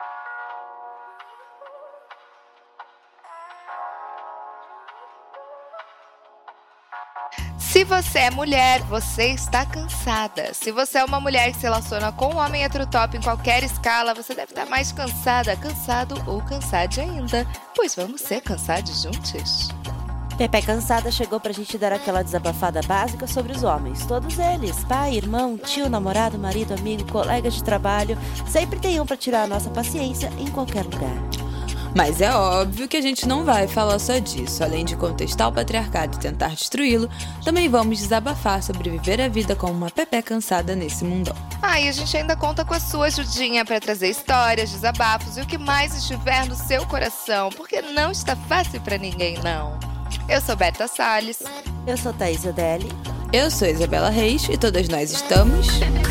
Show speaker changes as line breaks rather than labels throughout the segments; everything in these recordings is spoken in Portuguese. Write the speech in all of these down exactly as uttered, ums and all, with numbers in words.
Se você é mulher, você está cansada. Se você é uma mulher que se relaciona com um homem heterotop em qualquer escala, você deve estar mais cansada, cansado ou cansade ainda. Pois vamos ser cansados juntos?
Pepe Cansada chegou pra gente dar aquela desabafada básica sobre os homens. Todos eles, pai, irmão, tio, namorado, marido, amigo, colega de trabalho, sempre tem um pra tirar a nossa paciência em qualquer lugar.
Mas é óbvio que a gente não vai falar só disso. Além de contestar o patriarcado e tentar destruí-lo, também vamos desabafar sobre viver a vida como uma Pepe cansada nesse mundão.
Ah, e a gente ainda conta com a sua ajudinha para trazer histórias, desabafos e o que mais estiver no seu coração, porque não está fácil para ninguém, não. Eu sou Berta Salles.
Eu sou Thaís Odelli.
Eu sou Isabela Reis e todas nós estamos...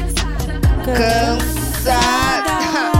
Cansada!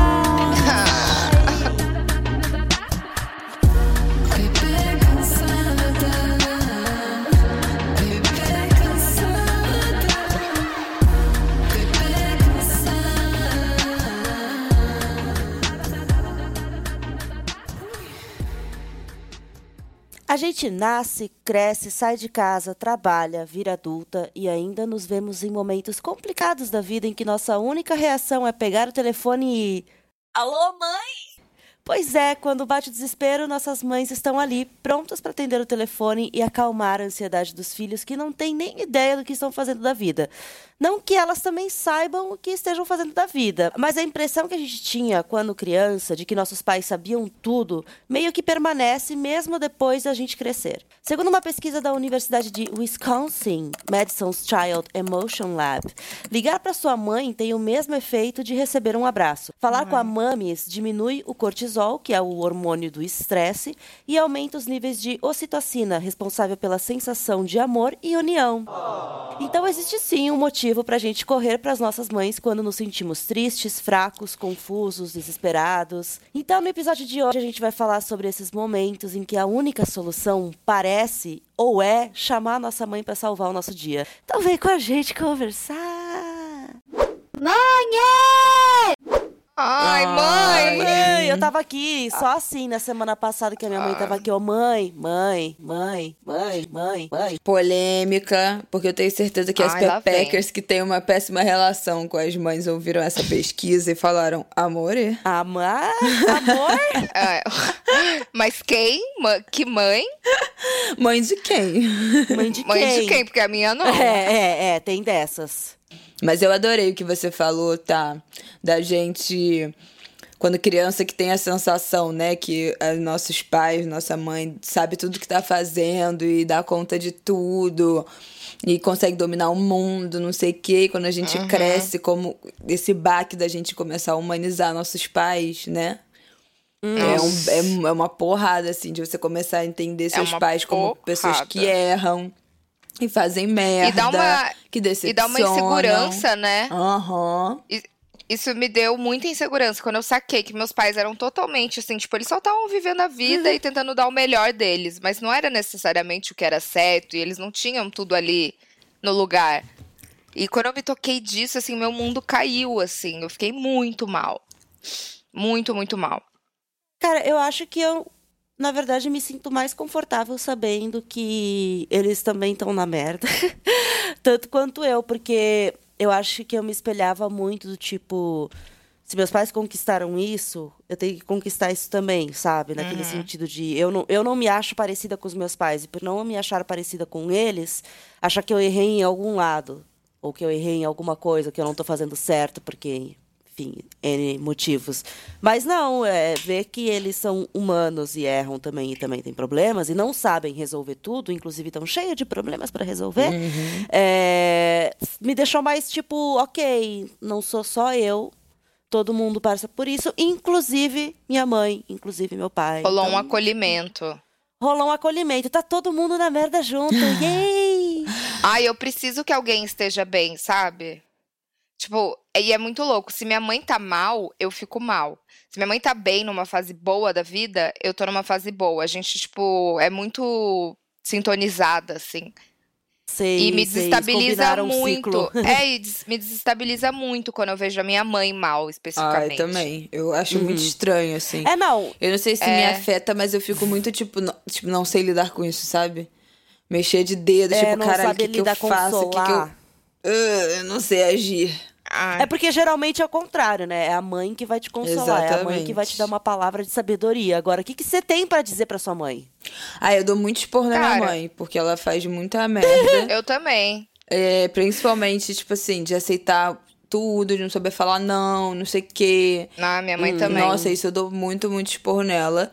A gente nasce, cresce, sai de casa, trabalha, vira adulta e ainda nos vemos em momentos complicados da vida em que nossa única reação é pegar o telefone e... Alô, mãe? Pois é, quando bate o desespero, nossas mães estão ali, prontas para atender o telefone e acalmar a ansiedade dos filhos que não têm nem ideia do que estão fazendo da vida. Não que elas também saibam o que estejam fazendo da vida, mas a impressão que a gente tinha quando criança, de que nossos pais sabiam tudo, meio que permanece mesmo depois da gente crescer. Segundo uma pesquisa da Universidade de Wisconsin, Madison's Child Emotion Lab, ligar para sua mãe tem o mesmo efeito de receber um abraço. Falar uhum. com a mamis diminui o cortisol, que é o hormônio do estresse, e aumenta os níveis de ocitocina, responsável pela sensação de amor e união. Oh. Então existe sim um motivo para a gente correr para as nossas mães quando nos sentimos tristes, fracos, confusos, desesperados. Então, no episódio de hoje, a gente vai falar sobre esses momentos em que a única solução parece ou é chamar a nossa mãe para salvar o nosso dia. Então, vem com a gente conversar. Mãe!
Ai, mãe!
Mãe, eu tava aqui só assim na semana passada que a minha mãe tava aqui, ó, mãe, mãe, mãe, mãe, mãe, mãe.
Polêmica, porque eu tenho certeza que as
Ai, lá
Pepeckers que têm uma péssima relação com as mães ouviram essa pesquisa e falaram, amor?
Amar? Amor?
É. Mas quem? Ma- Que mãe?
Mãe de quem?
Mãe de
Mãe
quem?
de quem? Porque a minha não.
É, é, é, tem dessas.
Mas eu adorei o que você falou, tá? Da gente, quando criança, que tem a sensação, né? Que os nossos pais, nossa mãe, sabe tudo que tá fazendo e dá conta de tudo. E consegue dominar o mundo, não sei o quê. E quando a gente uhum. cresce, como esse baque da gente começar a humanizar nossos pais, né? Hum. É, um, é, é uma porrada, assim, de você começar a entender seus
é
pais como
porrada.
pessoas que erram. E fazem merda,
e dá uma,
que decepcionam.
E dá uma insegurança, né?
Aham. Uhum.
Isso me deu muita insegurança quando eu saquei que meus pais eram totalmente assim, tipo, eles só estavam vivendo a vida uhum. e tentando dar o melhor deles, mas não era necessariamente o que era certo e eles não tinham tudo ali no lugar. E quando eu me toquei disso, assim, meu mundo caiu, assim, eu fiquei muito mal. Muito, muito mal.
Cara, eu acho que eu, na verdade, me sinto mais confortável sabendo que eles também estão na merda. Tanto quanto eu, porque eu acho que eu me espelhava muito do tipo... Se meus pais conquistaram isso, eu tenho que conquistar isso também, sabe? Naquele uhum. sentido de... Eu não, eu não me acho parecida com os meus pais. E por não me achar parecida com eles, achar que eu errei em algum lado. Ou que eu errei em alguma coisa, que eu não tô fazendo certo, porque... Enfim, N motivos. Mas não, é ver que eles são humanos e erram também e também têm problemas e não sabem resolver tudo, inclusive estão cheios de problemas para resolver, uhum. é, me deixou mais tipo, ok, não sou só eu, todo mundo passa por isso, inclusive minha mãe, inclusive meu pai.
Rolou
então,
um acolhimento.
Rolou um acolhimento, tá todo mundo na merda junto, yay!
Ai, eu preciso que alguém esteja bem, sabe? Tipo, e é muito louco. Se minha mãe tá mal, eu fico mal. Se minha mãe tá bem numa fase boa da vida, eu tô numa fase boa. A gente, tipo, é muito sintonizada, assim.
Sei,
E me
sei, eles
desestabiliza
combinaram um
muito.
ciclo.
É, e des- me desestabiliza muito quando eu vejo a minha mãe mal,
Ai,
especificamente.
também. Eu acho muito estranho, assim.
É, não,
Eu não sei se me afeta, mas eu fico muito, tipo, não, tipo, não sei lidar com isso, sabe? Mexer de dedo,
é,
tipo,
não
caralho, o
saber
que que eu
lidar,
faço? O que que eu...
consolar.
Ah, eu não sei agir.
É
Ai,
porque geralmente é o contrário, né? É a mãe que vai te consolar, é a mãe que vai te dar
Exatamente.
uma palavra de sabedoria. Agora, o que que você tem pra dizer pra sua mãe?
Ah, eu dou muito expor na minha
cara,
mãe, porque ela faz muita merda.
eu também.
É, principalmente, tipo assim, de aceitar tudo, de não saber falar não, não sei o quê.
Ah, minha mãe
Nossa,
também.
isso eu dou muito, muito expor nela.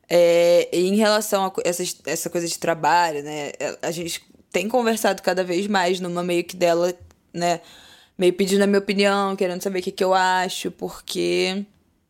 É, e em relação a co- essa, essa coisa de trabalho, né? A gente tem conversado cada vez mais numa meio que dela, né? Meio pedindo a minha opinião, querendo saber o que que eu acho, porque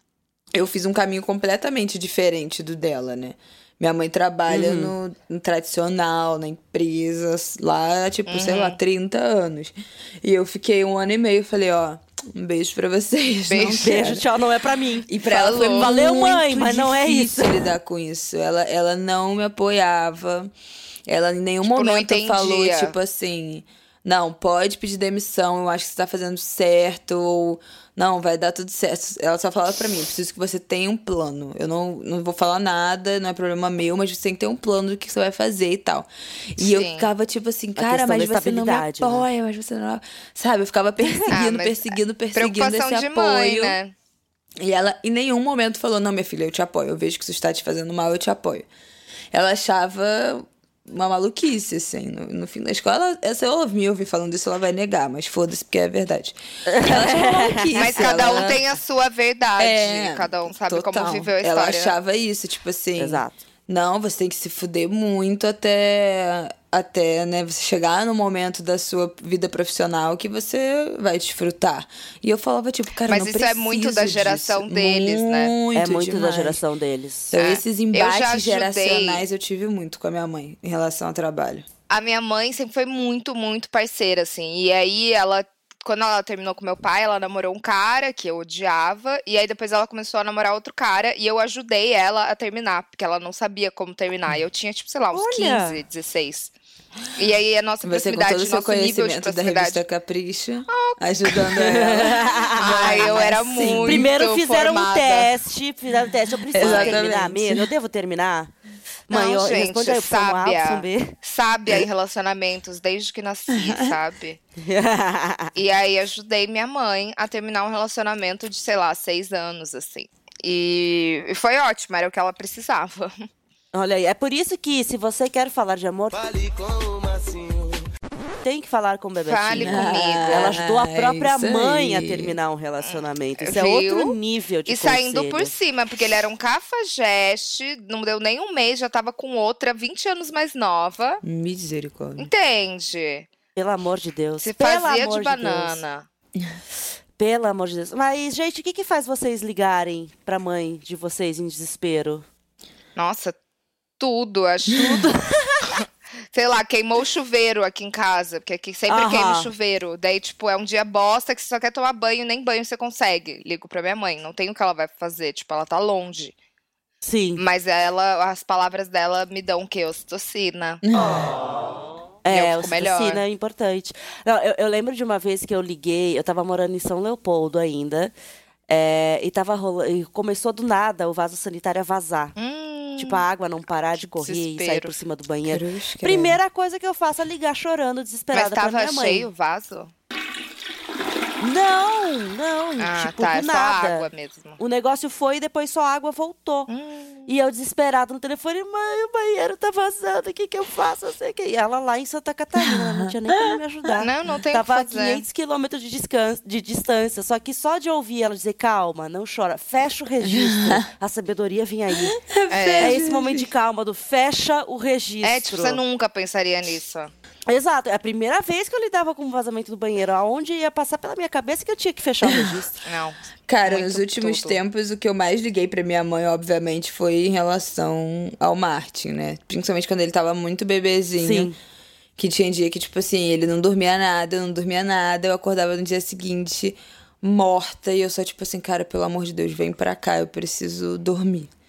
eu fiz um caminho completamente diferente do dela, né? Minha mãe trabalha no, no tradicional, na empresa, lá, tipo, sei lá,
Uhum.
trinta anos. E eu fiquei um ano e meio, falei, ó, um beijo pra vocês, não
Beijo.
Beijo,
quero.
tchau, não é pra mim.
E pra ela foi
Falou.
Valeu, mãe,
muito
mas não é isso.
difícil lidar com isso. Ela, ela não me apoiava. Ela em nenhum
Tipo, não
momento falou,
entendia.
tipo assim, não, pode pedir demissão, eu acho que você tá fazendo certo, ou não, vai dar tudo certo. Ela só falava pra mim, eu preciso que você tenha um plano. Eu não, não vou falar nada, não é problema meu, mas você tem que ter um plano do que você vai fazer e tal. E eu
Sim.
ficava tipo assim,
A
cara,
questão
mas
da
você não me
estabilidade, né?
apoia, mas você não. Sabe, eu ficava
Ah,
perseguindo,
mas
perseguindo, perseguindo
preocupação
esse
de mãe,
apoio.
né?
E ela em nenhum momento falou: não, minha filha, eu te apoio. Eu vejo que isso está te fazendo mal, eu te apoio. Ela achava uma maluquice, assim. No, no fim da escola, ela, se ela me ouvir falando isso, ela vai negar, mas foda-se, porque é verdade. Ela achava uma maluquice.
Mas cada um
ela...
tem a sua verdade.
É,
Cada um sabe como
total.
viveu a
Ela
história.
achava isso, tipo assim.
Exato.
Não, você tem que se fuder muito até, até, né, você chegar no momento da sua vida profissional que você vai desfrutar. E eu falava, tipo, cara,
Mas
não
isso é muito da
preciso
geração
disso.
deles, né?
Muito
É muito da
demais.
geração deles.
Então,
É.
esses
Eu já
embates
ajudei.
geracionais eu tive muito com a minha mãe em relação ao trabalho.
A minha mãe sempre foi muito, muito parceira, assim. E aí, ela, quando ela terminou com meu pai, ela namorou um cara que eu odiava. E aí, depois ela começou a namorar outro cara. E eu ajudei ela a terminar, porque ela não sabia como terminar. E eu tinha, tipo, sei lá, uns
Olha!
quinze, dezesseis. E aí, a nossa
Você, com
proximidade,
todo o seu
nosso nível de
conhecimento da revista
proximidade.
Capricho, ajudando ela.
Ai, eu era
Sim.
muito
Primeiro fizeram um
formada.
teste, fizeram um teste. Eu preciso
Exatamente.
terminar mesmo? Eu devo terminar? Mãe,
Não,
eu,
gente,
responde aí, opção A,
sábia.
opção B.
Sábia em relacionamentos desde que nasci, sabe? E aí ajudei minha mãe a terminar um relacionamento de, sei lá, seis anos, assim. E, e foi ótimo, era o que ela precisava.
Olha aí, é por isso que se você quer falar de amor,
Fale com o Massinho.
tem que falar com o Bebetinho.
Fale
Ah,
comigo.
Ela ajudou a
é
própria
isso
mãe a
aí.
terminar um relacionamento. Isso é
Viu?
outro nível de
E saindo
conselho.
por cima, porque ele era um cafajeste, não deu nem um mês, já tava com outra, vinte anos mais nova.
Misericórdia.
Entende?
Pelo amor de Deus.
Se
Pelo
fazia
amor
de banana.
Deus. Pelo amor de Deus. Mas, gente, o que, que faz vocês ligarem pra mãe de vocês em desespero?
Nossa, tudo, acho tudo. Sei lá, queimou o chuveiro aqui em casa, porque aqui sempre
Aham.
queima o chuveiro. Daí, tipo, é um dia bosta que você só quer tomar banho, nem banho você consegue. Ligo pra minha mãe, não tem o que ela vai fazer, tipo, ela tá longe.
Sim.
Mas ela, as palavras dela me dão o quê? Ocitocina.
É,
eu
o
fico melhor.
ocitocina é importante. Não, eu, eu lembro de uma vez que eu liguei, eu tava morando em São Leopoldo ainda, é, e tava rolando, e começou do nada o vaso sanitário a vazar.
Hum,
Tipo, a água não parar de correr e sair
desespero.
por cima do banheiro.
Cruz, credo.
Primeira coisa que eu faço é ligar chorando,
mas
desesperada pra
tava
minha mãe.
cheio o vaso?
Não, não,
Ah,
tipo,
tá,
do
é só
nada.
água mesmo.
O negócio foi e depois só a água voltou.
Hum.
E eu desesperada no telefone, mãe, o banheiro tá vazando, o que que eu faço? Eu sei que... E ela lá em Santa Catarina, ela não tinha nem como me ajudar.
Não, não tem o que
Tava a
fazer.
quinhentos quilômetros de, descan- de distância, só que só de ouvir ela dizer, calma, não chora, fecha o registro, a sabedoria vinha aí. É, esse momento de calma, do fecha o registro.
É, tipo, você nunca pensaria nisso.
Exato, é a primeira vez que eu lidava com o vazamento do banheiro, aonde ia passar pela minha cabeça que eu tinha que fechar o registro.
Não.
Cara,
Muito
nos últimos
tudo.
tempos, o que eu mais liguei pra minha mãe, obviamente, foi em relação ao Martin, né? Principalmente quando ele tava muito bebezinho.
Sim.
Que tinha dia que, tipo assim, ele não dormia nada, eu não dormia nada. Eu acordava no dia seguinte, morta. E eu só, tipo assim, cara, pelo amor de Deus, vem pra cá, eu preciso dormir.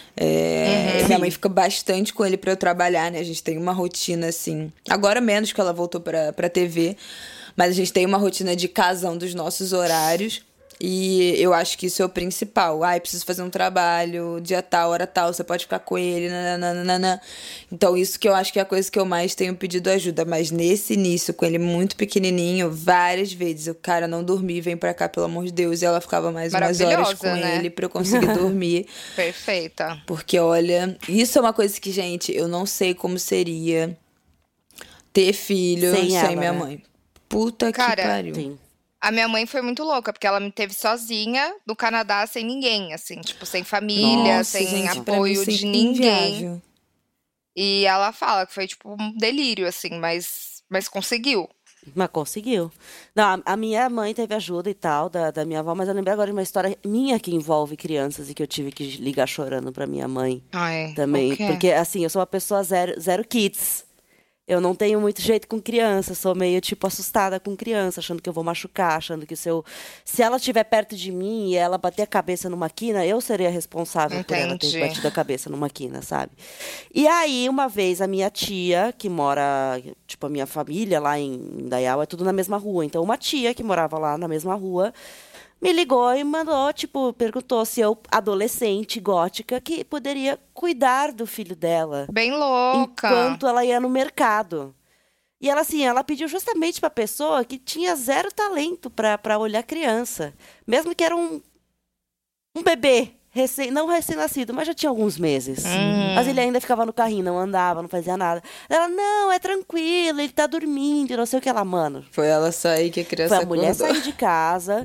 É, minha mãe fica bastante com ele pra eu trabalhar, né? A gente tem uma rotina assim. Agora menos que ela voltou pra, pra T V, mas a gente tem uma rotina de casão dos nossos horários. E eu acho que isso é o principal. Ai, preciso fazer um trabalho, dia tal, hora tal, você pode ficar com ele, nananana. Então, isso que eu acho que é a coisa que eu mais tenho pedido ajuda. Mas nesse início, com ele muito pequenininho, várias vezes, o cara não dormia, vem pra cá, pelo amor de Deus. E ela ficava mais umas horas com
né?
ele pra eu conseguir dormir.
Perfeita.
Porque, olha, isso é uma coisa que, gente, eu não sei como seria ter filho
Sem
sem,
ela,
minha
né?
mãe. Puta
Cara,
que pariu.
Sim.
A minha mãe foi muito louca, porque ela me teve sozinha no Canadá, sem ninguém, assim, tipo, sem família,
Nossa,
sem
gente, pra mim
apoio
isso é
de ninguém.
inviável.
E ela fala que foi, tipo, um delírio, assim, mas, mas conseguiu.
Mas conseguiu. Não, a, a minha mãe teve ajuda e tal, da, da minha avó, mas eu lembrei agora de uma história minha que envolve crianças e que eu tive que ligar chorando pra minha mãe
Ai,
também.
o quê?
Porque, assim, eu sou uma pessoa zero, zero kids. Eu não tenho muito jeito com criança, sou meio, tipo, assustada com criança, achando que eu vou machucar, achando que se eu... Se ela estiver perto de mim e ela bater a cabeça numa quina, eu serei a responsável por ela ter
Entendi.
batido a cabeça numa quina, sabe? E aí, uma vez, a minha tia, que mora... Tipo, a minha família lá em Indaial é tudo na mesma rua. Então, uma tia que morava lá na mesma rua me ligou e mandou, tipo, perguntou se eu, adolescente, gótica, que poderia cuidar do filho dela
Bem louca.
enquanto ela ia no mercado. E ela, assim, ela pediu justamente pra pessoa que tinha zero talento pra pra olhar criança. Mesmo que era um, um bebê, recém, não recém-nascido, mas já tinha alguns meses.
Hum.
Mas ele ainda ficava no carrinho, não andava, não fazia nada. Ela, não, é tranquilo, ele tá dormindo, e não sei o que lá, mano.
Foi ela sair que a criança
Foi a mulher
acordou.
sair de casa.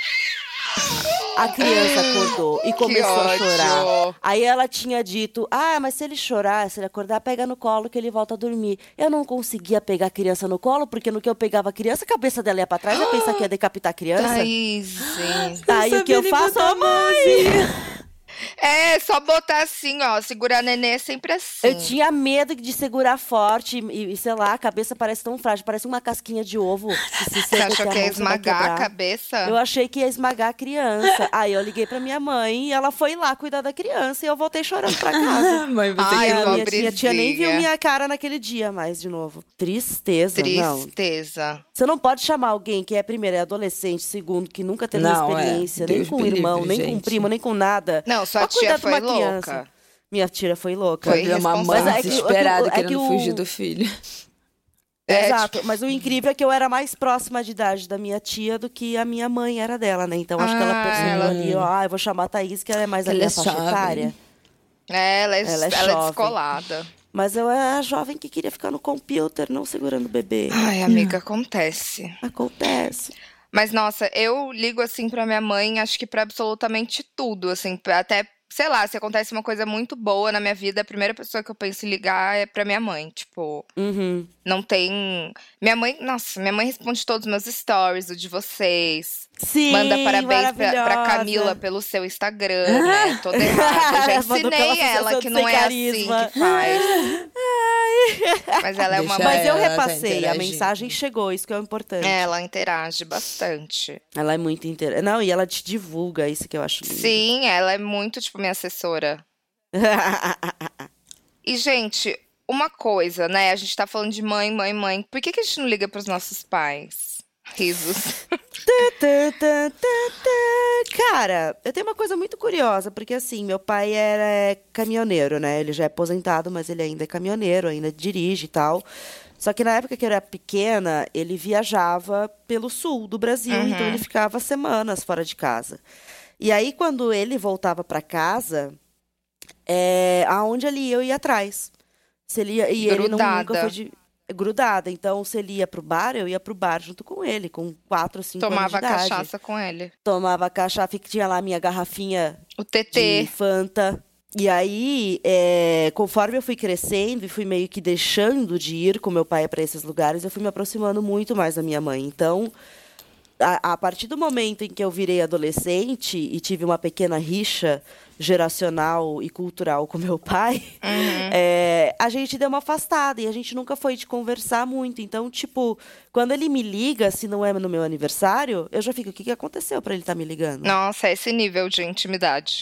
A criança acordou e começou a
ódio.
chorar. Aí ela tinha dito, ah, mas se ele chorar, se ele acordar, pega no colo que ele volta a dormir. Eu não conseguia pegar a criança no colo, porque no que eu pegava a criança, a cabeça dela ia pra trás, eu pensava que ia decapitar a criança.
Thaís.
Aí o que eu faço, ô mãe?
É, só botar assim, ó. Segurar a nenê é sempre assim.
Eu tinha medo de segurar forte e, e, sei lá, a cabeça parece tão frágil, parece uma casquinha de ovo. Que se
Você
seca
achou
a
que ia
mão, você vai
esmagar a
quebrar.
cabeça?
Eu achei que ia esmagar a criança. Aí eu liguei pra minha mãe e ela foi lá cuidar da criança e eu voltei chorando pra casa.
Mãe, você
Ai,
E
que
a minha
pobrezinha.
tia, tia nem viu minha cara naquele dia mais de novo. Tristeza, não.
Tristeza.
Você não pode chamar alguém que é, primeiro, é adolescente, segundo, que nunca teve
Não,
uma
é.
experiência, nem
Deus
com
me
irmão,
livre,
nem com
gente.
primo, nem com nada.
Não, sua
pra
tia
cuidar de
foi
uma
louca.
criança. Minha tia foi louca.
Foi
Ele é uma mãe
irresponsável.
Mas é que-
desesperada
é que o- é
querendo
que o-
fugir do filho.
É,
Exato, mas o incrível é que eu era mais próxima de idade da minha tia do que a minha mãe era dela, né? Então acho que ela
Ah,
percebeu
ela-
ali, ó, ah, eu vou chamar a Thaís, que ela é mais a
Ela
minha
é
faixa
jovem.
etária.
É, ela é,
Ela é
ela é
jovem.
descolada.
Mas eu era a jovem que queria ficar no computer, não segurando o bebê.
Ai, amiga, acontece.
Acontece.
Mas, nossa, eu ligo, assim, pra minha mãe, acho que pra absolutamente tudo, assim, pra até, sei lá, se acontece uma coisa muito boa na minha vida, a primeira pessoa que eu penso em ligar é pra minha mãe, tipo,
Uhum.
não tem... Minha mãe, nossa, minha mãe responde todos os meus stories, o de vocês,
Sim,
manda parabéns pra, pra
maravilhosa.
Camila pelo seu Instagram, né, toda errada, eu já
Mandou pela
ensinei ela
Associação
que
do
não
Sem
é
Carisma.
assim que faz, mas ela é uma
Deixa
mãe...
Mas eu
ela tá
repassei, a
interagindo.
mensagem chegou, isso que é o importante.
É, ela interage bastante.
Ela é muito inteira. Não, e ela te divulga, isso que eu acho lindo.
Sim, ela é muito, tipo, minha assessora. E, gente, uma coisa, né? A gente tá falando de mãe, mãe, mãe. Por que, que a gente não liga pros nossos pais? Risos.
Tã, tã, tã, tã. Cara, eu tenho uma coisa muito curiosa, porque assim, meu pai era é, caminhoneiro, né? Ele já é aposentado, mas ele ainda é caminhoneiro, ainda dirige e tal. Só que na época que eu era pequena, ele viajava pelo sul do Brasil,
Uhum.
então ele ficava semanas fora de casa. E aí, quando ele voltava para casa, é, aonde ele ia, eu ia atrás. Se ele ia, e ele não,
Grudada.
nunca foi de, grudada. Então, se ele ia pro bar, eu ia pro bar junto com ele, com quatro, cinco
Tomava
anos de idade.
cachaça com ele.
Tomava cachaça, tinha lá a minha garrafinha
O
de
T T.
Fanta. E aí, é, conforme eu fui crescendo e fui meio que deixando de ir com meu pai para esses lugares, eu fui me aproximando muito mais da minha mãe. Então, a, a partir do momento em que eu virei adolescente e tive uma pequena rixa geracional e cultural com meu pai,
Uhum.
é, a gente deu uma afastada e a gente nunca foi de conversar muito. Então, tipo, quando ele me liga, se não é no meu aniversário, eu já fico, o que, que aconteceu para ele estar me ligando?
Nossa, esse nível de intimidade.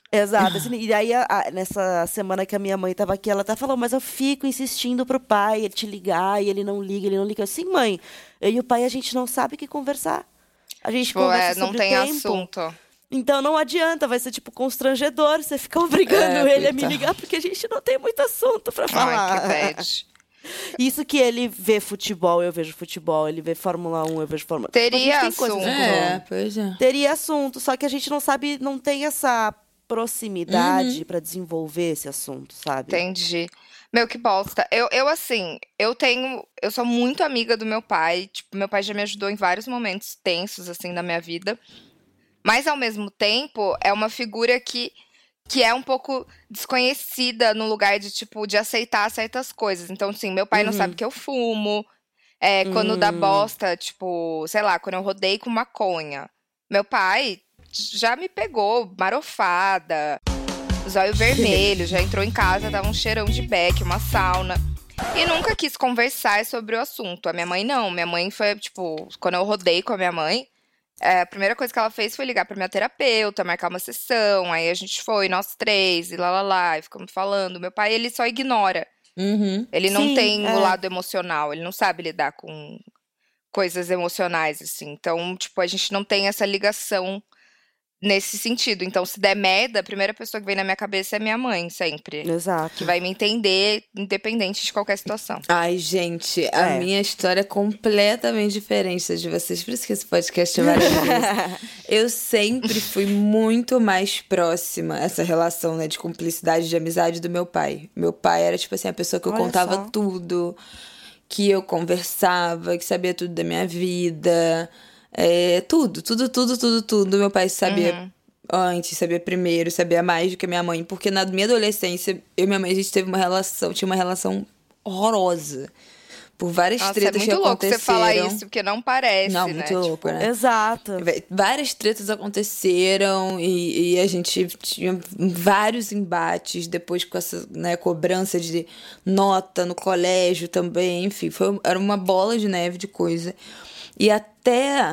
Exato. Assim, e aí, a- a- nessa semana que a minha mãe tava aqui, ela até falou, mas eu fico insistindo pro pai ele te ligar e ele não liga, ele não liga. Assim, mãe, eu e o pai, a gente não sabe o que conversar. A gente
Tipo,
conversa
é, não
sobre
tem
tempo.
assunto.
Então não adianta, vai ser tipo constrangedor você ficar obrigando
É,
ele a me
coitado.
ligar, porque a gente não tem muito assunto pra
Ai,
falar.
que bad.
Isso que ele vê futebol, eu vejo futebol. Ele vê Fórmula um, eu vejo Fórmula...
Teria
Tipo, a gente tem coisas em
assunto.
comum.
É, pois é.
Teria assunto, só que a gente não sabe, não tem essa proximidade pra desenvolver esse assunto, sabe?
Entendi. Meu, que bosta. Eu, eu, assim, eu tenho. Eu sou muito amiga do meu pai. Tipo, meu pai já me ajudou em vários momentos tensos, assim, da minha vida. Mas, ao mesmo tempo, é uma figura que, que é um pouco desconhecida no lugar de, tipo, de aceitar certas coisas. Então, assim, meu pai não sabe que eu fumo. É, quando dá
Hum.
bosta, tipo, sei lá, quando eu rodei com maconha. Meu pai já me pegou marofada, zóio vermelho, já entrou em casa, tava um cheirão de beck, uma sauna. E nunca quis conversar sobre o assunto. A minha mãe não. Minha mãe foi, tipo, quando eu rodei com a minha mãe, é, a primeira coisa que ela fez foi ligar pra minha terapeuta, marcar uma sessão. Aí a gente foi, nós três, e lá, lá, lá, e ficamos falando. Meu pai, ele só ignora.
Uhum.
Ele não
Sim,
tem
é.
o lado emocional, ele não sabe lidar com coisas emocionais, assim. Então, tipo, a gente não tem essa ligação nesse sentido. Então, se der merda, a primeira pessoa que vem na minha cabeça é minha mãe, sempre. Que
Exato.
vai me entender, independente de qualquer situação.
Ai, gente, a
É.
minha história é completamente diferente da de vocês. Por isso que esse podcast é maravilhoso. Eu sempre fui muito mais próxima a essa relação, né, de cumplicidade, de amizade do meu pai. Meu pai era, tipo assim, a pessoa que eu
Olha
contava
só.
tudo, que eu conversava, que sabia tudo da minha vida. É, tudo, tudo, tudo, tudo, tudo. Meu pai sabia
Uhum.
antes, sabia primeiro, sabia mais do que a minha mãe. Porque na minha adolescência, eu e minha mãe, a gente teve uma relação, tinha uma relação horrorosa. Por várias
Nossa, é
tretas que
muito louco
aconteceram.
você falar isso, porque não parece,
Não,
né?
muito
Tipo,
louco, né?
Exato.
Vé- Várias tretas aconteceram e, e a gente tinha vários embates depois com essa, né, cobrança de nota no colégio também, enfim, foi, era uma bola de neve de coisa. E até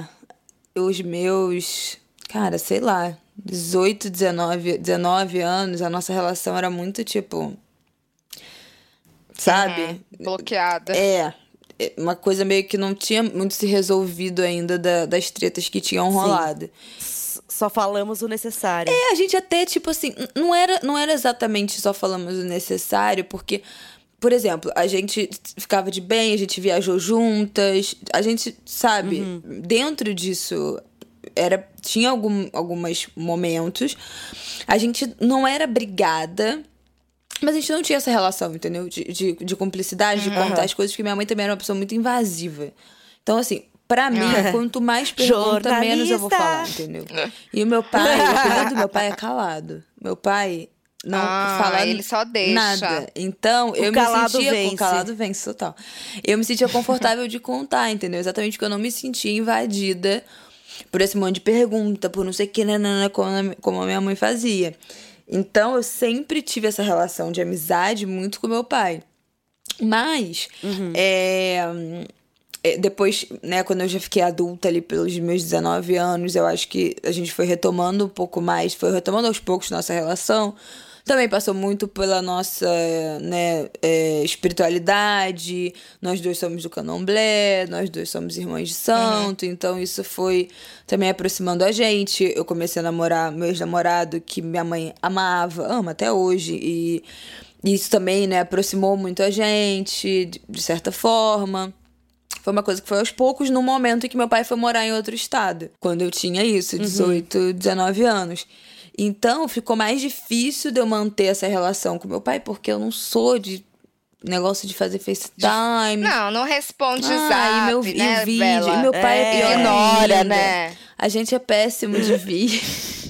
os meus, cara, sei lá, dezoito, dezenove, dezenove anos, a nossa relação era muito tipo, sabe?
uhum, bloqueada.
É, é uma coisa meio que não tinha muito se resolvido ainda da- das tretas que tinham rolado.
S- Só falamos o necessário.
É, a gente até, tipo assim, n- não era, não era exatamente só falamos o necessário, porque, por exemplo, a gente ficava de bem, a gente viajou juntas, a gente, sabe, dentro disso, era, tinha algum, alguns momentos, a gente não era brigada, mas a gente não tinha essa relação, entendeu? De, de, de cumplicidade, de contar as coisas, porque minha mãe também era uma pessoa muito invasiva. Então, assim, pra mim, quanto mais pergunta, menos eu vou falar,
Jornalista.
entendeu? E o meu pai, o apelido do meu pai é calado. Meu pai não
Ah,
fala
ele só deixa.
nada. Então, eu me
calado
sentia
vence.
com o calado vence total. Eu me sentia confortável de contar, entendeu? Exatamente porque eu não me sentia invadida por esse monte de pergunta, por não sei o que, nanana, como a- como a minha mãe fazia. Então, eu sempre tive essa relação de amizade muito com meu pai. Mas, é, é, depois, né, quando eu já fiquei adulta ali pelos meus dezenove anos, eu acho que a gente foi retomando um pouco mais, foi retomando aos poucos nossa relação. Também passou muito pela nossa, né, é, espiritualidade. Nós dois somos do candomblé, nós dois somos irmãos de santo. Então isso foi também aproximando a gente. Eu comecei a namorar meu ex-namorado, que minha mãe amava, ama até hoje. E isso também, né, aproximou muito a gente, de, de certa forma. Foi uma coisa que foi aos poucos, no momento em que meu pai foi morar em outro estado. Quando eu tinha isso, dezoito, dezenove anos. Então, ficou mais difícil de eu manter essa relação com meu pai, porque eu não sou de negócio de fazer FaceTime.
Não, não responde o
Ah,
zap,
e meu,
né,
e o vídeo.
Bela?
E meu pai é,
É.
pior
Ignora,
ainda.
né?
A gente é péssimo de vídeo.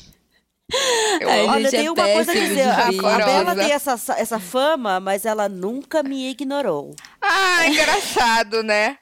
Eu
A
amo.
Olha,
gente é
tem uma coisa a
péssimo
dizer.
de
A, a
vídeo.
Bela tem essa, essa fama, mas ela nunca me ignorou.
Ah, engraçado, né?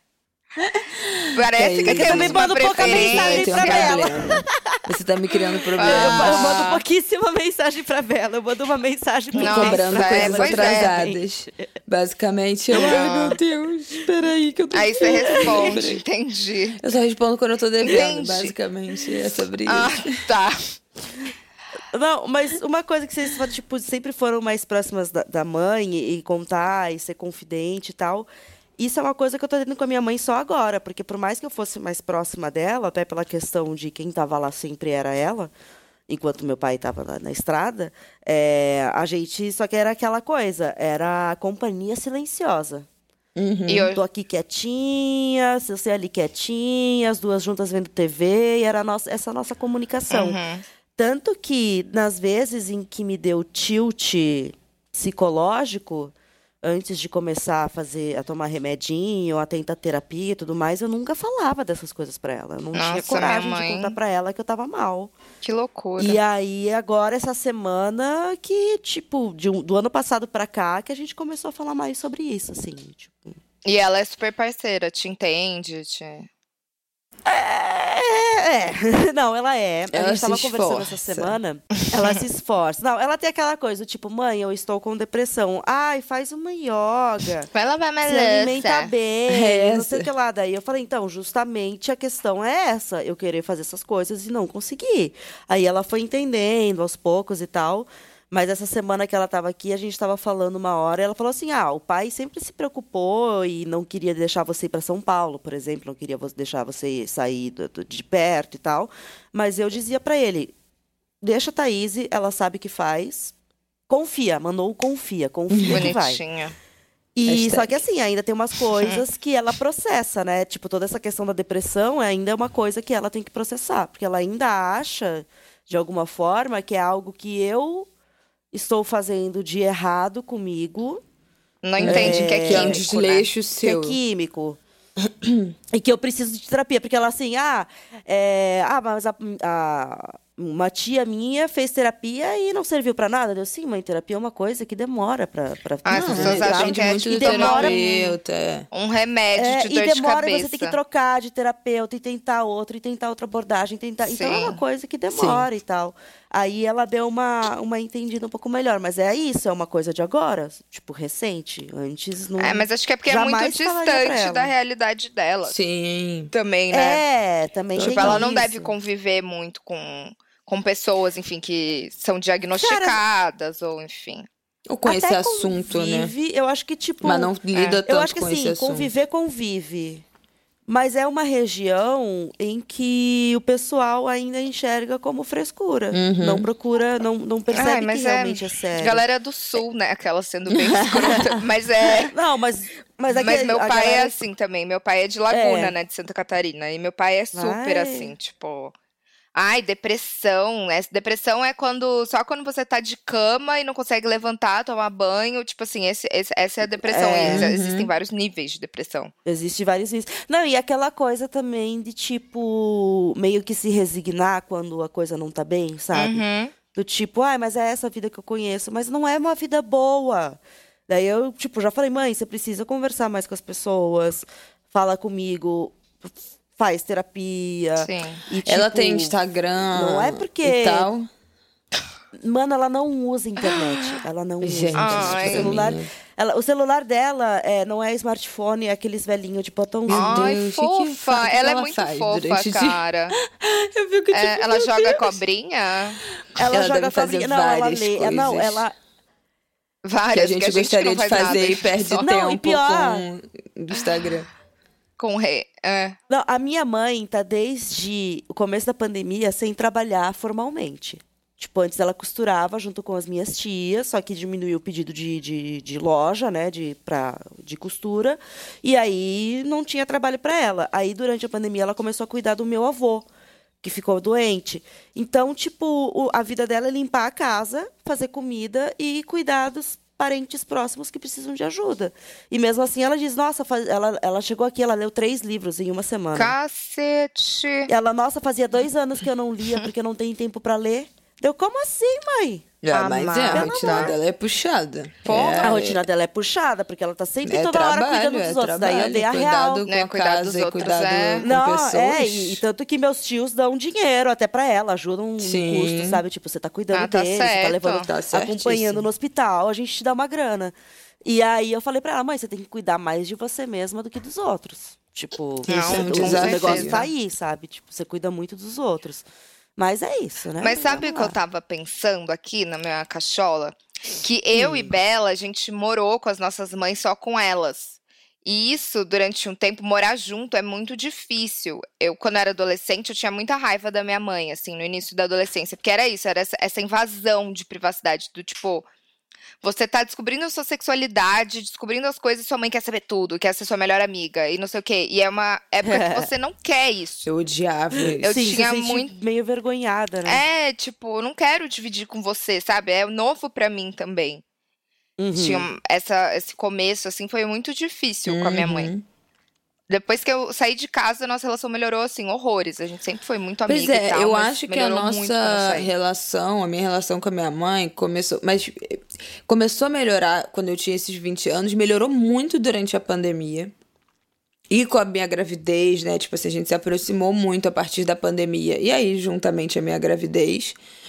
Parece que
É que eu
temos
também
uma
mando pouca
preferência.
mensagem
Eu tenho um
pra Bela.
problema. Você tá me criando
Eu,
problema.
Ah.
eu mando pouquíssima mensagem pra Bela. Eu mando uma mensagem por
Nossa,
mês
Cobrando
pra
é,
coisas
Bela.
pois é.
atrasadas. Basicamente, eu. Ai, meu Deus, peraí que eu tô.
Aí você responde, entendi.
Eu só respondo quando eu tô devendo,
Entendi.
basicamente. É sobre isso.
Ah, tá.
Não, mas uma coisa que vocês, tipo, sempre foram mais próximas da, da mãe e, e contar e ser confidente e tal. Isso é uma coisa que eu tô tendo com a minha mãe só agora. Porque por mais que eu fosse mais próxima dela, até pela questão de quem tava lá sempre era ela, enquanto meu pai estava na, na estrada, é, a gente só que era aquela coisa, era a companhia silenciosa.
Uhum.
E eu,
Tô aqui quietinha, você ali quietinha, as duas juntas vendo T V, e era a nossa, essa nossa comunicação.
Uhum.
Tanto que, nas vezes em que me deu tilt psicológico, antes de começar a fazer, a tomar remedinho, a tentar terapia e tudo mais, eu nunca falava dessas coisas pra ela. Eu não tinha
Nossa,
coragem
minha
de
mãe.
contar pra ela que eu tava mal.
Que loucura.
E aí, agora, essa semana que, tipo, de um- do ano passado pra cá, que a gente começou a falar mais sobre isso, assim, tipo...
E ela é super parceira, te entende, te...
É, é. Não, ela é. A
Ela
gente
se
tava conversando essa
esforça.
semana. Ela se esforça. Não, ela tem aquela coisa, tipo, mãe, eu estou com depressão. Ai, faz uma yoga.
Vai lavar minha
Se alimenta
louça.
bem, não sei o
Essa.
que lá. Daí eu falei, então, justamente a questão é essa. Eu querer fazer essas coisas e não conseguir. Aí ela foi entendendo aos poucos e tal. Mas essa semana que ela estava aqui, a gente estava falando uma hora, e ela falou assim: ah, o pai sempre se preocupou e não queria deixar você ir para São Paulo, por exemplo, não queria vo- deixar você sair do- do- de perto e tal. Mas eu dizia para ele: deixa a Thaís, ela sabe o que faz. Confia, mandou o confia, confia que vai.
Bonitinha.
E
Hashtag.
só que assim, ainda tem umas coisas que ela processa, né? Tipo, toda essa questão da depressão ainda é uma coisa que ela tem que processar, porque ela ainda acha, de alguma forma, que é algo que eu estou fazendo de errado comigo,
Não entende que é
Que é um
químico, né?
desleixo
que é
seu.
químico. E que eu preciso de terapia, porque ela assim, ah, é, ah mas a, a- uma tia minha fez terapia e não serviu pra nada. Eu, sim, mãe, terapia é uma coisa que demora pra... pra
Ah, as
fazer
pessoas
um
acham
trato.
que é
muito
tipo
e
do
demora
terapeuta. é.
Um remédio
É,
de
e
dor de
demora,
cabeça.
você tem que trocar de terapeuta e tentar outro, e tentar outra abordagem, tentar... Então é uma
Sim.
coisa que demora e tal. Aí ela deu uma, uma entendida um pouco melhor, mas é isso, é uma coisa de agora, tipo, recente. Antes não...
É, mas acho que é porque é muito
Jamais falaria pra
distante
ela.
da realidade dela.
Sim.
Também, né?
É, também
Tipo,
tem
ela não
isso.
deve conviver muito com, com pessoas, enfim, que são diagnosticadas, ou enfim.
Ou com esse
Até
assunto, né?
convive, eu acho que, tipo...
Mas não lida
Eu
tanto
acho que
com esse
assim,
assunto.
conviver, convive. Mas é uma região em que o pessoal ainda enxerga como frescura.
Uhum.
Não procura, não, não percebe
Ai,
que
mas é-
realmente é, sério.
Galera do Sul, né? Aquela sendo bem escrota. Mas é.
Não, mas... Mas,
Mas,
aqui,
meu
a
pai é
galera-
assim também. Meu pai é de Laguna,
É.
né? De Santa Catarina. E meu pai é super
Ai.
assim, tipo. Ai, depressão. Essa depressão é quando. Só quando você tá de cama e não consegue levantar, tomar banho. Tipo assim, esse, esse- essa é a depressão.
É.
E ex-
Uhum.
existem vários níveis de depressão.
Existe vários isso. Não, e aquela coisa também de, tipo, meio que se resignar quando a coisa não tá bem, sabe?
Uhum.
Do tipo, ai, mas é essa vida que eu conheço, mas não é uma vida boa. Daí eu, tipo, já falei, mãe, você precisa conversar mais com as pessoas, fala comigo, faz terapia.
Sim.
E,
Ela
tipo,
tem Instagram
não é porque-
e tal.
Mano, ela não usa internet. Ela não usa
Gente,
internet.
Ai.
O celular,
menina.
ela, o celular dela é, não é smartphone, é aqueles velhinhos de botãozinho.
Ai,
Deus, o que que
fofa.
fa- o que
ela é
ela
muito
faz
fofa,
durante o dia?
cara.
Eu fico tipo,
É, ela
meu
joga
Deus.
cobrinha?
Ela,
Ela
joga
deve fazer
cobrinha. Não, ela
várias
lê. é, Não,
coisas.
ela.
Várias,
Que a gente
que que
gostaria
não
de
faz nada,
fazer e
a gente
perde
só
Não, e
tempo
pior-
com o Instagram.
Com rei. É.
Não, a minha mãe tá desde o começo da pandemia sem trabalhar formalmente. Tipo, antes ela costurava junto com as minhas tias, só que diminuiu o pedido de, de, de loja, né, de, pra, de costura. E aí não tinha trabalho para ela. Aí, durante a pandemia, ela começou a cuidar do meu avô, que ficou doente. Então, tipo, o- a vida dela é limpar a casa, fazer comida e cuidar dos parentes próximos que precisam de ajuda. E mesmo assim, ela diz, nossa, faz- ela, ela chegou aqui, ela leu três livros em uma semana.
Cacete.
Ela, nossa, fazia dois anos que eu não lia porque eu não tenho tempo para ler. Deu, como assim, mãe?
Ah,
Ah,
mas
mas-
é, a
Pelo
rotina
amor.
dela é puxada.
Porra.
É,
A rotina dela é puxada, porque ela tá sempre
é
toda hora
trabalho,
cuidando
é
dos outros. Daí eu
trabalho,
dei a
cuidado
real.
com
Né,
a
cuidar dos
casa e
outros,
cuidado
é.
com
Não,
pessoas.
é, e, e tanto que meus tios dão dinheiro até pra ela, ajudam no
Sim.
custo, sabe? Tipo, você tá cuidando
Ah, tá
deles, você tá
certo.
levando,
Tá
acompanhando
certíssimo.
no hospital, a gente te dá uma grana. E aí eu falei pra ela, mãe, você tem que cuidar mais de você mesma do que dos outros. Tipo,
Não,
você-
com
o, o negócio
certeza.
tá aí, sabe? Tipo, você cuida muito dos outros. Mas é isso, né?
Mas sabe o
Vamos
que eu
lá.
tava pensando aqui na minha cachola? Que eu e Bela, a gente morou com as nossas mães só com elas. E isso, durante um tempo, morar junto é muito difícil. Eu, quando era adolescente, eu tinha muita raiva da minha mãe, assim, no início da adolescência. Porque era isso, era essa, essa invasão de privacidade, do tipo, você tá descobrindo a sua sexualidade, descobrindo as coisas, sua mãe quer saber tudo, quer ser sua melhor amiga e não sei o quê. E é uma época que você não quer isso.
Eu odiava isso.
Eu
Sim,
tinha
se sente
muito-
meio vergonhada, né?
É, tipo, eu não quero dividir com você, sabe? É novo pra mim também.
Uhum.
Tinha essa, esse começo, assim, foi muito difícil com a minha mãe.
Uhum.
Depois que eu saí de casa, a nossa relação melhorou, assim, horrores. A gente sempre foi muito amiga
Pois é,
e tal,
eu
mas
acho que a
melhorou muito quando eu
nossa
saí.
relação, a minha relação com a minha mãe começou, mas eh, começou a melhorar quando eu tinha esses vinte anos, melhorou muito durante a pandemia. E com a minha gravidez, né? Tipo assim, a gente se aproximou muito a partir da pandemia. E aí, juntamente a minha gravidez,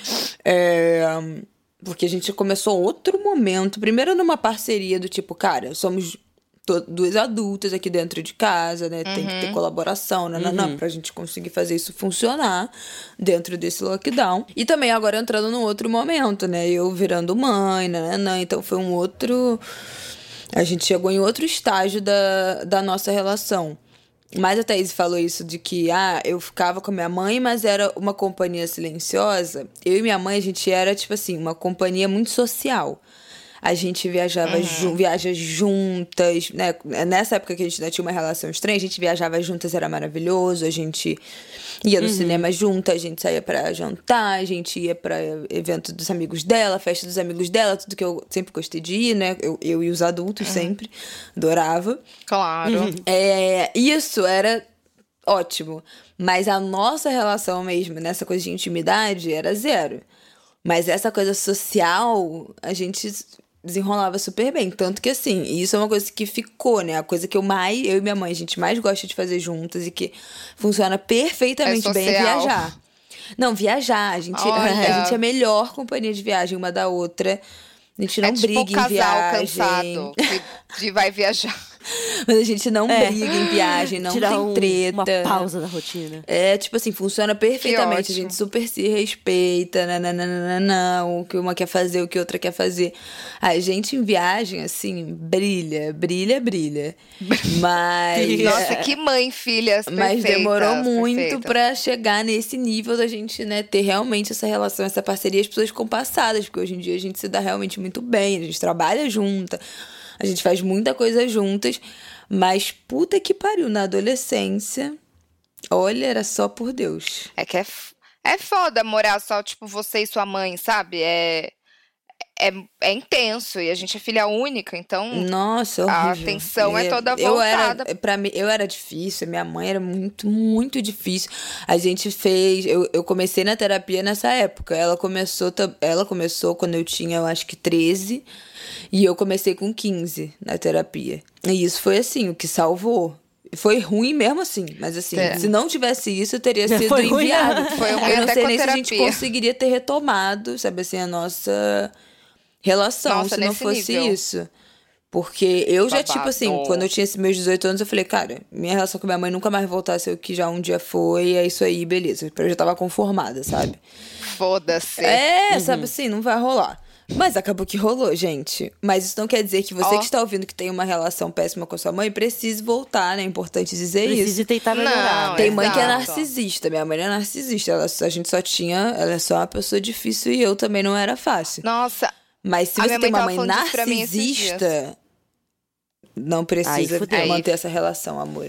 é, porque a gente começou outro momento. Primeiro numa parceria do tipo, cara, somos to- duas adultas aqui dentro de casa, né? Tem que ter colaboração, né? Não, pra gente conseguir fazer isso funcionar dentro desse lockdown. E também agora entrando num outro momento, né? Eu virando mãe, né? Então foi um outro... A gente chegou em outro estágio da, da nossa relação. Mas a Thaís falou isso de que, ah, eu ficava com a minha mãe, mas era uma companhia silenciosa. Eu e minha mãe, a gente era, tipo assim, uma companhia muito social. A gente viajava ju- viaja juntas, né? Nessa época que a gente ainda tinha uma relação estranha, a gente viajava juntas, era maravilhoso. A gente ia no cinema juntas, a gente saía pra jantar, a gente ia pra evento dos amigos dela, festa dos amigos dela, tudo que eu sempre gostei de ir, né? Eu, eu e os adultos sempre, adorava.
Claro.
É, isso era ótimo. Mas a nossa relação mesmo, nessa coisa de intimidade, era zero. Mas essa coisa social, a gente desenrolava super bem. Tanto que, assim, isso é uma coisa que ficou, né? A coisa que eu mais, eu e minha mãe, a gente mais gosta de fazer juntas e que funciona perfeitamente
É
bem é
social.
viajar. Não, viajar. A gente,
Olha.
a gente é a melhor companhia de viagem uma da outra. A gente não
É tipo
briga
o
em
casal
viagem.
cansado que, que vai viajar.
Mas a gente não
É.
briga em viagem, não
Tirar
tem
um-
treta.
uma pausa da rotina.
É, tipo assim, funciona perfeitamente. A
ótimo.
gente super se respeita, nananana, o que uma quer fazer, o que outra quer fazer. A gente em viagem, assim, brilha, brilha, brilha. Mas.
Nossa, que mãe, filhas
Mas
perfeitas,
demorou muito
perfeitas.
pra chegar nesse nível da gente, né, ter realmente essa relação, essa parceria, as pessoas compassadas, porque hoje em dia a gente se dá realmente muito bem, a gente trabalha junta, a gente faz muita coisa juntas, mas puta que pariu, na adolescência, olha, era só por Deus.
É que é, f- é foda morar só, tipo, você e sua mãe, sabe? É, é, é intenso. E a gente é filha única, então
Nossa,
a
horrível.
atenção é toda
eu
voltada.
era, pra mim, eu era difícil, minha mãe era muito, muito difícil. A gente fez, eu, eu comecei na terapia nessa época. Ela começou, ta- ela começou quando eu tinha, eu acho que treze, e eu comecei com quinze na terapia. E isso foi assim, o que salvou. Foi ruim mesmo assim, mas assim,
É.
se não tivesse isso, eu teria sido
Foi ruim,
enviado.
né?
Foi ruim
Eu não
até
sei
com a
nem se a gente
terapia.
conseguiria ter retomado, sabe assim, a nossa relação,
Nossa,
se não
nesse
fosse
nível.
isso. Porque eu já, tipo assim,
Babado.
quando eu tinha esses meus dezoito anos, eu falei, cara, minha relação com minha mãe nunca mais voltar a ser o que já um dia foi, é isso aí, beleza. Eu já tava conformada, sabe?
Foda-se.
É, sabe assim, não vai rolar. Mas acabou que rolou, gente. Mas isso não quer dizer que você
Ó.
que está ouvindo que tem uma relação péssima com a sua mãe precise voltar, né? É importante dizer
Precisa
isso.
tentar
Não,
melhorar. né?
Tem mãe que é
Exato.
narcisista. Minha mãe é narcisista. Ela, a gente só tinha. Ela é só uma pessoa difícil e eu também não era fácil.
Nossa,
Mas se
A
você
minha
tem
mãe
uma
tava
mãe
falando disso pra mim esses dias.
narcisista, não precisa
Aí fudeu.
manter essa relação, amor.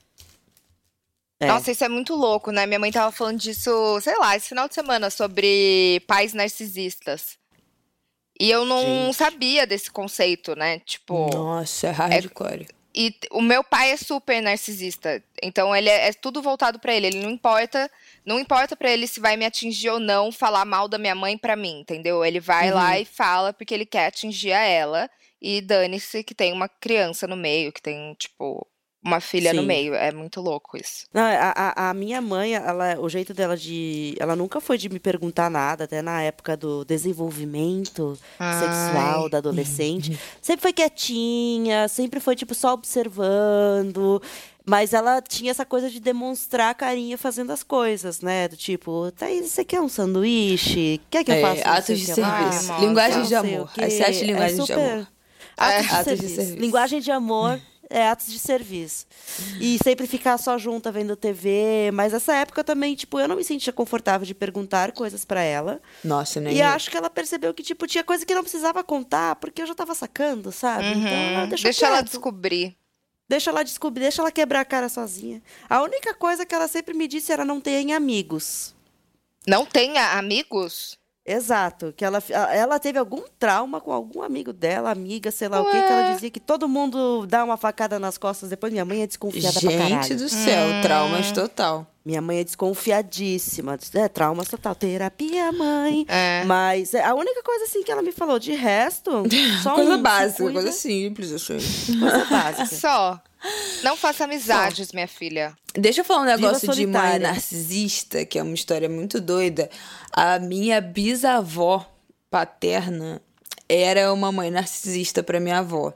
É.
nossa, isso é muito louco, né? Minha mãe tava falando disso, sei lá, esse final de semana, sobre pais narcisistas. E eu não
Gente.
sabia desse conceito, né? Tipo,
Nossa, é hardcore.
e t- o meu pai é super narcisista. Então ele é, é tudo voltado pra ele. Ele não importa, não importa pra ele se vai me atingir ou não falar mal da minha mãe pra mim, entendeu? Ele vai lá e fala porque ele quer atingir a ela e dane-se que tem uma criança no meio, que tem, tipo, uma filha no
Sim.
meio. É muito louco isso.
Não, a, a, a minha mãe, ela, o jeito dela de. Ela nunca foi de me perguntar nada, até na época do desenvolvimento sexual
Ai.
da adolescente. Sempre foi quietinha, sempre foi, tipo, só observando. Mas ela tinha essa coisa de demonstrar carinho fazendo as coisas, né? Do tipo, Thaís, você quer um sanduíche? Quer que eu
É,
faça não
atos
sei
de
o que lá?
serviço.
Ai,
Linguagem
Não
de
sei o
amor.
quê.
Aí você acha linguagem
É
de
super-
amor.
Atos, de,
Atos de
serviço.
serviço.
Linguagem de amor é atos de serviço. E sempre ficar só junta vendo T V. Mas essa época também, tipo, eu não me sentia confortável de perguntar coisas pra ela.
Nossa, nem
E
eu.
acho que ela percebeu que, tipo, tinha coisa que não precisava contar, porque eu já tava sacando, sabe? Então, ela
Uhum.
deixa,
Deixa ela
quieto.
descobrir.
Deixa ela descobrir, deixa ela quebrar a cara sozinha. A única coisa que ela sempre me disse era não ter amigos.
Não tenha amigos?
Exato, que ela, ela teve algum trauma com algum amigo dela, amiga, sei lá o que, que ela dizia que todo mundo dá uma facada nas costas depois. Minha mãe é desconfiada pra
Gente
caralho.
do céu,
Hum.
traumas total.
Minha mãe é desconfiadíssima. É, traumas total. Terapia, mãe.
É.
Mas é, a única coisa assim que ela me falou, de resto, só
Coisa
um,
básica,
se cuida,
coisa simples, assim.
coisa básica.
Só. Não faça amizades, minha filha.
Deixa eu falar um negócio de mãe
solitária.
narcisista, que é uma história muito doida. A minha bisavó paterna era uma mãe narcisista pra minha avó.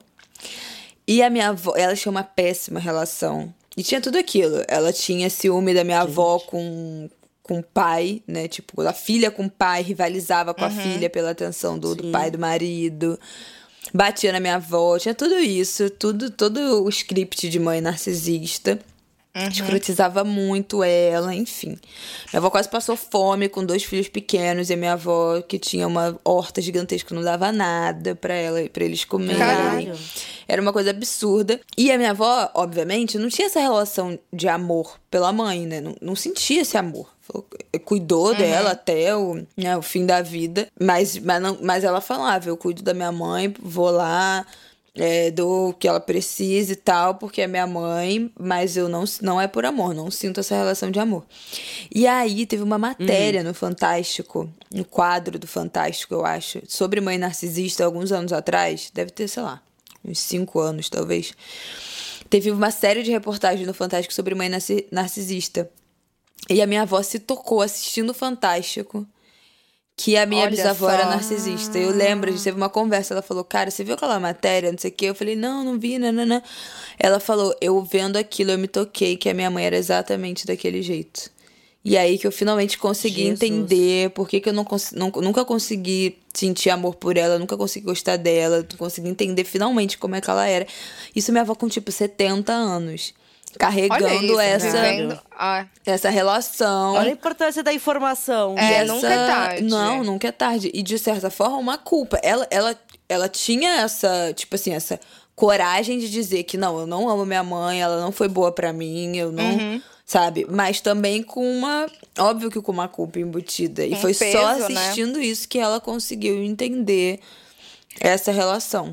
E a minha avó, ela tinha uma péssima relação. E tinha tudo aquilo. Ela tinha ciúme da minha avó com, com o pai, né? Tipo, a filha com o pai rivalizava com a filha pela atenção do, do
Sim.
pai do marido. Batia na minha avó, tinha tudo isso, tudo, todo o script de mãe narcisista. Escrotizava muito ela, enfim. Minha avó quase passou fome com dois filhos pequenos e a minha avó, que tinha uma horta gigantesca, não dava nada pra ela, para eles comerem.
Caralho.
Era uma coisa absurda. E a minha avó, obviamente, não tinha essa relação de amor pela mãe, né? Não, não sentia esse amor. Falou- Cuidou dela até o, né, o fim da vida. Mas, mas, não, mas ela falava, eu cuido da minha mãe, vou lá, é, dou o que ela precisa e tal, porque é minha mãe, mas eu não, não é por amor, não sinto essa relação de amor. E aí teve uma matéria no Fantástico, no quadro do Fantástico, eu acho, sobre mãe narcisista, alguns anos atrás, deve ter, sei lá, uns cinco anos, talvez. Teve uma série de reportagens no Fantástico sobre mãe narci- narcisista. E a minha avó se tocou assistindo o Fantástico que a minha
Olha
bisavó
só.
era narcisista. Eu lembro, a gente teve uma conversa, ela falou, cara, você viu aquela matéria, não sei o quê? Eu falei, não, não vi, nananã. Ela falou, eu vendo aquilo, eu me toquei que a minha mãe era exatamente daquele jeito. E aí que eu finalmente consegui
Jesus.
entender por que, que eu não cons- não- nunca consegui sentir amor por ela, nunca consegui gostar dela, consegui entender finalmente como é que ela era. Isso minha avó com, tipo, setenta anos. Carregando
Olha isso,
essa,
vivendo- Ah,
essa relação.
Olha a importância da informação.
É,
E
nunca é tarde.
Não, nunca é tarde. E de certa forma, uma culpa. Ela, ela, ela tinha essa, tipo assim, essa coragem de dizer que não, eu não amo minha mãe, ela não foi boa pra mim, eu não.
Uhum.
Sabe? Mas também com uma. Óbvio que com uma culpa embutida. E
Um
foi só
peso, né?
assistindo isso que ela conseguiu entender essa relação.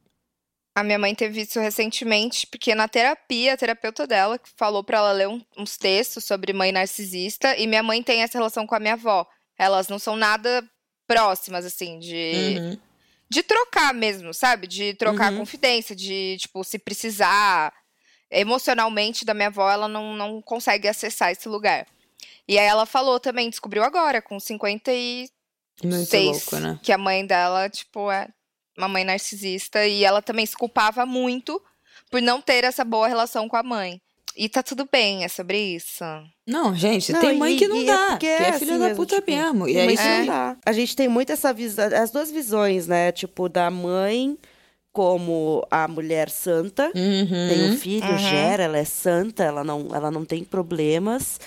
a minha mãe teve isso recentemente, porque na terapia, a terapeuta dela que falou pra ela ler um- uns textos sobre mãe narcisista, e minha mãe tem essa relação com a minha avó. Elas não são nada próximas, assim, de,
Uhum.
de trocar mesmo, sabe? De trocar
Uhum.
confidência, de, tipo, se precisar emocionalmente da minha avó, ela não, não consegue acessar esse lugar. E aí ela falou também, descobriu agora, com cinquenta e
Muito
seis,
louco, né?
que a mãe dela, tipo, é uma mãe narcisista. E ela também se culpava muito por não ter essa boa relação com a mãe. E tá tudo bem, é sobre isso.
Não, gente,
Não,
tem mãe
e-
que não
e é
dá.
porque
que é
é
filha
assim
da
mesmo,
puta
tipo,
mesmo. E
Tem
é
mãe
isso
que não
aí.
dá. A gente tem muito essa visão, as duas visões, né? Tipo, da mãe como a mulher santa.
Uhum.
Tem um filho,
Uhum.
gera, ela é santa, ela não, ela não tem problemas.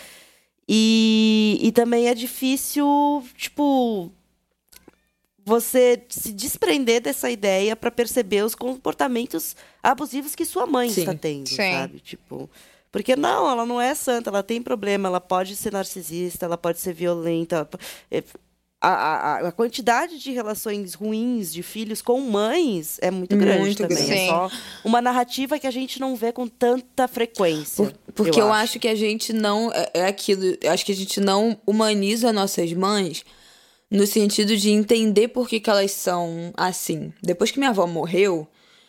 E, e também é difícil, tipo, você se desprender dessa ideia para perceber os comportamentos abusivos que sua mãe
Sim.
está tendo,
Sim.
sabe? Tipo, porque não, ela não é santa, ela tem problema, ela pode ser narcisista, ela pode ser violenta. ela po- é, A, a, a quantidade de relações ruins de filhos com mães é muito grande
Muito
também.
grande.
É
Sim.
só uma narrativa que a gente não vê com tanta frequência.
Por- porque eu, acho. que a gente não. É, é aquilo. Eu acho que a gente não humaniza nossas mães no sentido de entender por que, que elas são assim. Depois que minha avó morreu,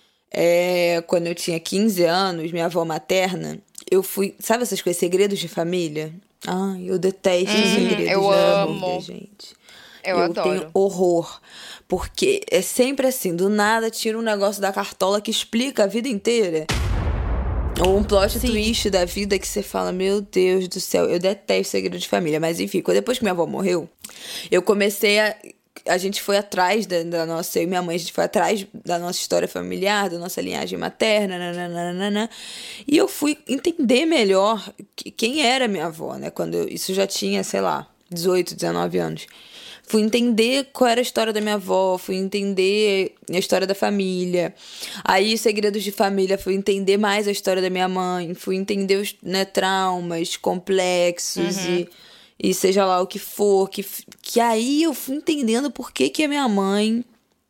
é, quando eu tinha quinze anos, minha avó materna, eu fui. Sabe essas coisas, segredos de família? Ai, eu detesto
Uhum,
segredos
eu
de
amo.
família, gente.
Eu,
Eu
adoro.
tenho horror. Porque é sempre assim, do nada tira um negócio da cartola que explica a vida inteira. Ou um plot
Sim.
twist da vida que você fala, meu Deus do céu, eu detesto segredo de família. Mas enfim, quando- depois que minha avó morreu, eu comecei a... A gente foi atrás da, da nossa... Eu e minha mãe, a gente foi atrás da nossa história familiar, da nossa linhagem materna, nananana, e eu fui entender melhor que- quem era minha avó, né? Quando eu, isso já tinha, sei lá, dezoito, dezenove anos. Fui entender qual era a história da minha avó, fui entender a história da família. Aí, Segredos de Família, fui entender mais a história da minha mãe, fui entender os, né, traumas complexos e, e seja lá o que for. Que, que aí eu fui entendendo por que, que a minha mãe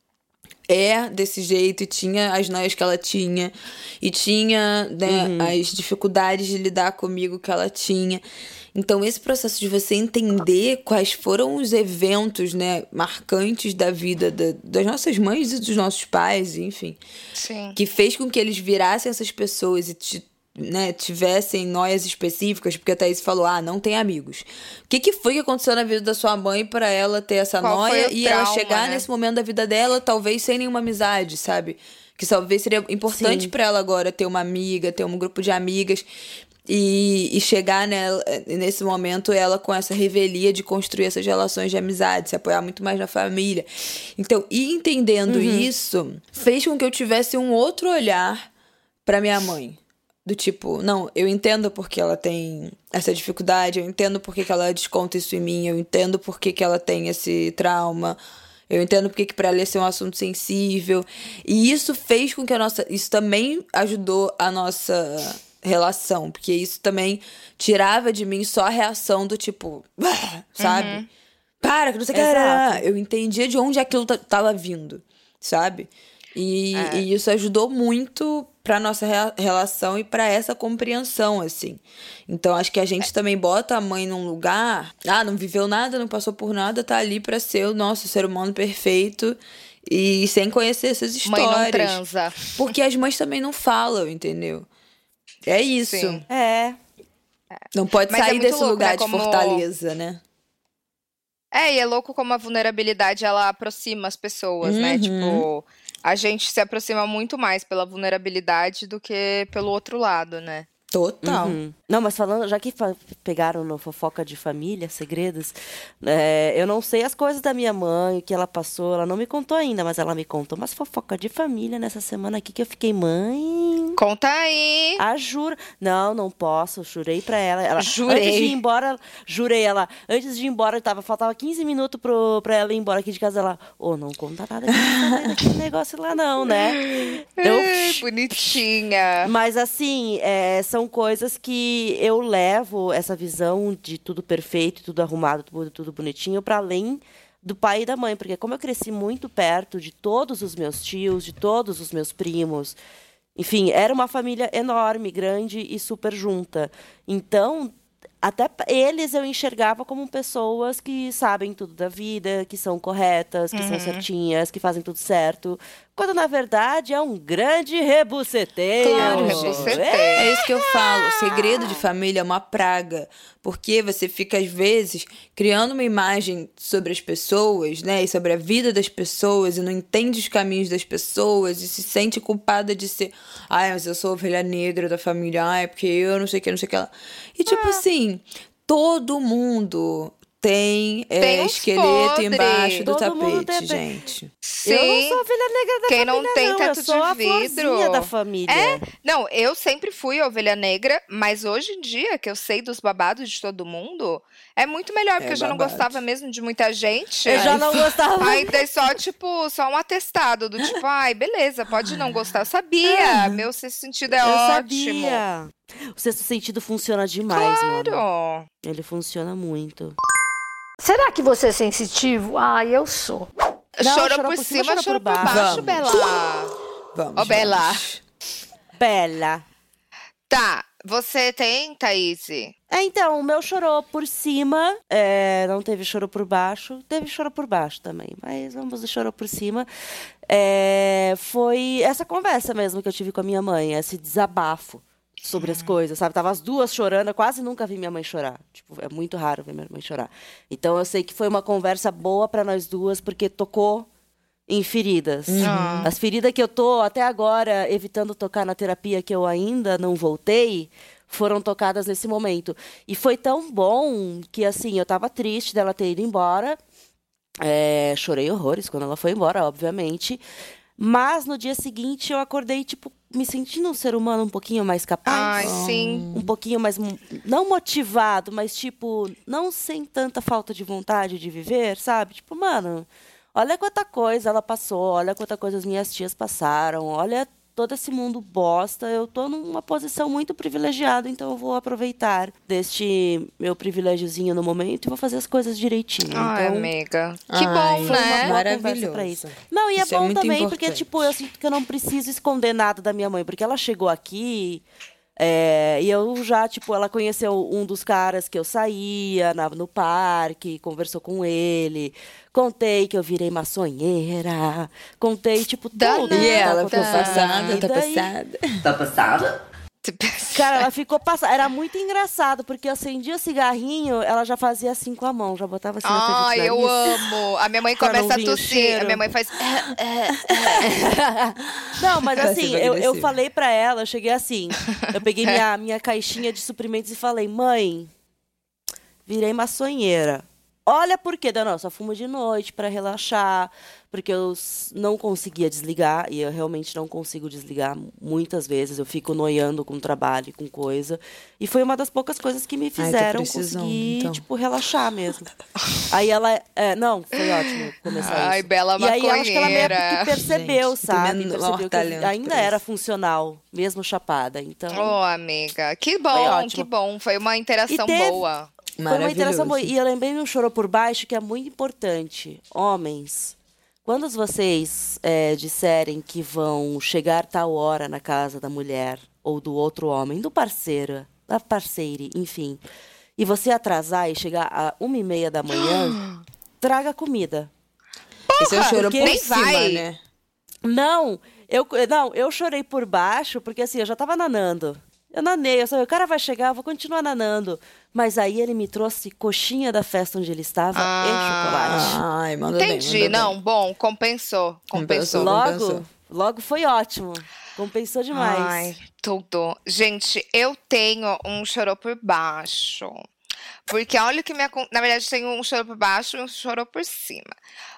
é desse jeito e tinha as noias que ela tinha e tinha, né, as dificuldades de lidar comigo que ela tinha. Então, esse processo de você entender quais foram os eventos, né, marcantes da vida da- das nossas mães e dos nossos pais, enfim,
Sim.
que fez com que eles virassem essas pessoas e ti- né, tivessem noias específicas, porque a Thaís falou, ah, não tem amigos. O que, que foi que aconteceu na vida da sua mãe para ela ter essa
Qual foi
noia
o
e ela
trauma,
chegar
né?
nesse momento da vida dela, talvez sem nenhuma amizade, sabe? Que talvez seria importante
Sim.
para ela agora ter uma amiga, ter um grupo de amigas e, e chegar nela, nesse momento ela com essa revelia de construir essas relações de amizade, se apoiar muito mais na família. Então, ir entendendo isso fez com que eu tivesse um outro olhar para minha mãe. Do tipo, não, eu entendo porque ela tem essa dificuldade, eu entendo porque que ela desconta isso em mim, eu entendo porque que ela tem esse trauma, eu entendo porque que pra ela esse é um assunto sensível. E isso fez com que a nossa... Isso também ajudou a nossa relação, porque isso também tirava de mim só a reação do tipo, "Ah", sabe? Para, que não sei o que era.
Exato.
Eu entendia de onde aquilo ta- tava vindo, sabe? E,
É.
e isso ajudou muito pra nossa rea- relação e pra essa compreensão, assim. Então, acho que a gente também bota a mãe num lugar... Ah, não viveu nada, não passou por nada, tá ali pra ser o nosso ser humano perfeito e sem conhecer essas
Mãe
histórias.
não transa.
Porque as mães também não falam, entendeu? É isso.
Sim.
É.
Não pode
Mas é
sair
muito
desse
louco,
lugar
né?
de
Como-
fortaleza, né?
É, e é louco como a vulnerabilidade, ela aproxima as pessoas, né?
Uhum.
Tipo, a gente se aproxima muito mais pela vulnerabilidade do que pelo outro lado, né?
Total.
Uhum. Não, mas falando, já que fa- pegaram no fofoca de família, segredos, é, eu não sei as coisas da minha mãe, o que ela passou, ela não me contou ainda, mas ela me contou umas fofoca de família nessa semana aqui que eu fiquei, mãe.
Conta aí!
Ah, juro. Não, não posso. Jurei pra ela. ela
Jurei.
Antes de ir embora, jurei ela. Antes de ir embora, tava, faltava quinze minutos pro, pra ela ir embora aqui de casa. Ela, ô, não conta nada que eu falei daquele negócio lá, não, né? Eu,
Ai, bonitinha.
mas assim, é, são coisas que eu levo essa visão de tudo perfeito, tudo arrumado, tudo, tudo bonitinho, para além do pai e da mãe. Porque como eu cresci muito perto de todos os meus tios, de todos os meus primos, enfim, era uma família enorme, grande e super junta. Então, até p- eles eu enxergava como pessoas que sabem tudo da vida, que são corretas, que são certinhas, que fazem tudo certo. Quando, na verdade, é um grande rebuceteio.
Claro,
É um
gente.
rebuceteio.
É isso que eu falo. O segredo de família é uma praga. Porque você fica, às vezes, criando uma imagem sobre as pessoas, né? E sobre a vida das pessoas, e não entende os caminhos das pessoas, e se sente culpada de ser. Ai, mas eu sou a ovelha negra da família. Ai, porque eu não sei o que, não sei o que lá. E, tipo assim, todo mundo tem, é,
Tem uns
esqueleto
podre.
embaixo do
Todo mundo
tapete,
tem-
gente.
Sim.
Eu não sou a ovelha negra da
Quem não
família,
tem
não.
teto
eu sou
de
a
vidro.
florzinha da família.
É? Não, eu sempre fui ovelha negra, mas hoje em dia, que eu sei dos babados de todo mundo, é muito melhor, porque
É
eu já não
babado.
gostava mesmo de muita gente.
Eu já não gostava.
Aí dei só, tipo, só um atestado do tipo, ai, beleza, pode não gostar. Eu sabia, meu sexto sentido é
eu
ótimo.
sabia. O sexto sentido funciona demais, mano.
Claro.
Ele funciona muito.
Será que você é sensitivo? Ah, eu sou.
Não,
Chorou por cima, chorou por baixo,
Vamos.
Bela.
Vamos.
Ô, Bela.
vamos.
Bela.
Tá, você tem, Thaís?
É, então, o meu chorou por cima, é, não teve choro por baixo, teve choro por baixo também, mas vamos do choro por cima. É, foi essa conversa mesmo que eu tive com a minha mãe, esse desabafo sobre as coisas, sabe? Tava as duas chorando, eu quase nunca vi minha mãe chorar. Tipo, é muito raro ver minha mãe chorar. Então eu sei que foi uma conversa boa pra nós duas, porque tocou em feridas.
Ah.
As feridas que eu tô até agora evitando tocar na terapia, que eu ainda não voltei, foram tocadas nesse momento. E foi tão bom que, assim, eu tava triste dela ter ido embora. É, chorei horrores quando ela foi embora, obviamente. Mas no dia seguinte eu acordei, tipo, me sentindo um ser humano um pouquinho mais capaz.
Ai, sim.
Um pouquinho mais, mo- não motivado, mas, tipo, não sem tanta falta de vontade de viver, sabe? Tipo, mano, olha quanta coisa ela passou, olha quanta coisa as minhas tias passaram, olha todo esse mundo bosta. Eu tô numa posição muito privilegiada, então eu vou aproveitar deste meu privilégiozinho no momento e vou fazer as coisas direitinho.
Ai,
então,
amiga. Que
Ai,
bom,
foi uma
né?
boa
Maravilhoso.
conversa pra isso. Não, e é
Isso é
bom
muito
também, porque,
importante.
tipo, eu sinto que eu não preciso esconder nada da minha mãe, porque ela chegou aqui, é, e eu já, tipo, ela conheceu um dos caras que eu saía na- no parque, conversou com ele, contei que eu virei maçonheira, contei, tipo,
Danada.
tudo.
E
que
ela
aconteceu
ficou
na
passada, tá
vida, e-
passada.
Tá passada?
Cara, ela ficou passada. Era muito engraçado, porque eu acendia o cigarrinho, ela já fazia assim com a mão, já botava assim na frente do
Ai, eu
nariz.
amo. A minha mãe
Pra não
começa a
vir o
tossir.
cheiro.
A minha mãe faz.
Não, mas assim, eu, eu
Passivo-agressivo.
falei pra ela, eu cheguei assim, eu peguei minha, minha caixinha de suprimentos e falei, mãe, virei maçonheira. Olha por quê, Dana, eu só fumo de noite pra relaxar, porque eu s- não conseguia desligar, e eu realmente não consigo desligar muitas vezes, eu fico noiando com trabalho e com coisa, e foi uma das poucas coisas que me
tô
fizeram
precisando,
conseguir,
então.
tipo, relaxar mesmo. Aí ela, é, não, foi ótimo começar
Ai,
isso.
bela
E aí eu acho que ela meio
maconheira.
que percebeu,
Gente,
sabe?
tem menor
Percebeu que eu
talento
ainda
pra
era
isso.
funcional, mesmo chapada, então...
Ô, amiga. Que
Foi
bom,
ótimo.
que bom. Foi uma interação
E teve-
boa.
Foi uma interação boa.
Maravilhoso.
E eu lembrei de um chorou por baixo que é muito importante. Homens, quando vocês é, disserem que vão chegar tal hora na casa da mulher ou do outro homem, do parceiro, da parceire, enfim, e você atrasar e chegar a uma e meia da manhã, traga comida.
Esse é o choro
porque
por
nem
cima,
vai.
né?
Não, eu, não, eu chorei por baixo porque assim, eu já tava nanando. Eu nanei, eu falei, o cara vai chegar, eu vou continuar nanando. Mas aí ele me trouxe coxinha da festa onde ele estava
Ah.
e chocolate.
Ai, manda bem,
Entendi.
manda
Não,
bem.
bom, compensou. Compensou.
Compensou.
Logo,
compensou.
logo foi ótimo. Compensou demais.
Ai, tudo. Gente, eu tenho um chorou por baixo. Porque olha o que me acon- Na verdade, eu tenho um chorou por baixo e um chorou por cima.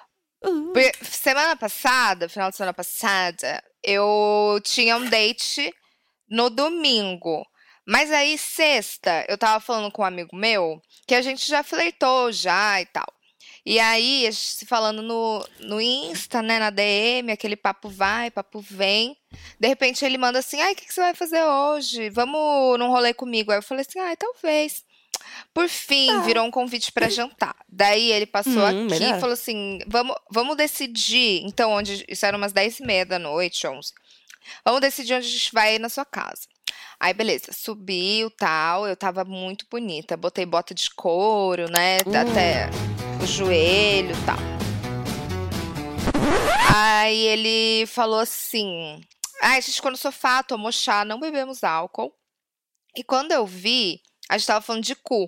Uhum.
Por- Semana passada, final de semana passada, eu tinha um date no domingo. Mas aí, sexta, eu tava falando com um amigo meu que a gente já flertou já e tal. E aí, a gente se falando no, no Insta, né, na D M, aquele papo vai, papo vem. De repente, ele manda assim, ai, o que, que você vai fazer hoje? Vamos num rolê comigo. Aí eu falei assim, ai, talvez. Por fim, virou um convite pra jantar. Daí ele passou
Hum,
aqui
melhor.
e falou assim: vamos, vamos decidir. Então, onde isso era umas dez e meia da noite, onze. Vamos decidir onde a gente vai ir na sua casa. Aí, beleza, subiu tal. Eu tava muito bonita. Botei bota de couro, né? Até o joelho e tal. Aí ele falou assim: ah, a gente ficou no sofá, tomou chá, não bebemos álcool. E quando eu vi, a gente tava falando de cu.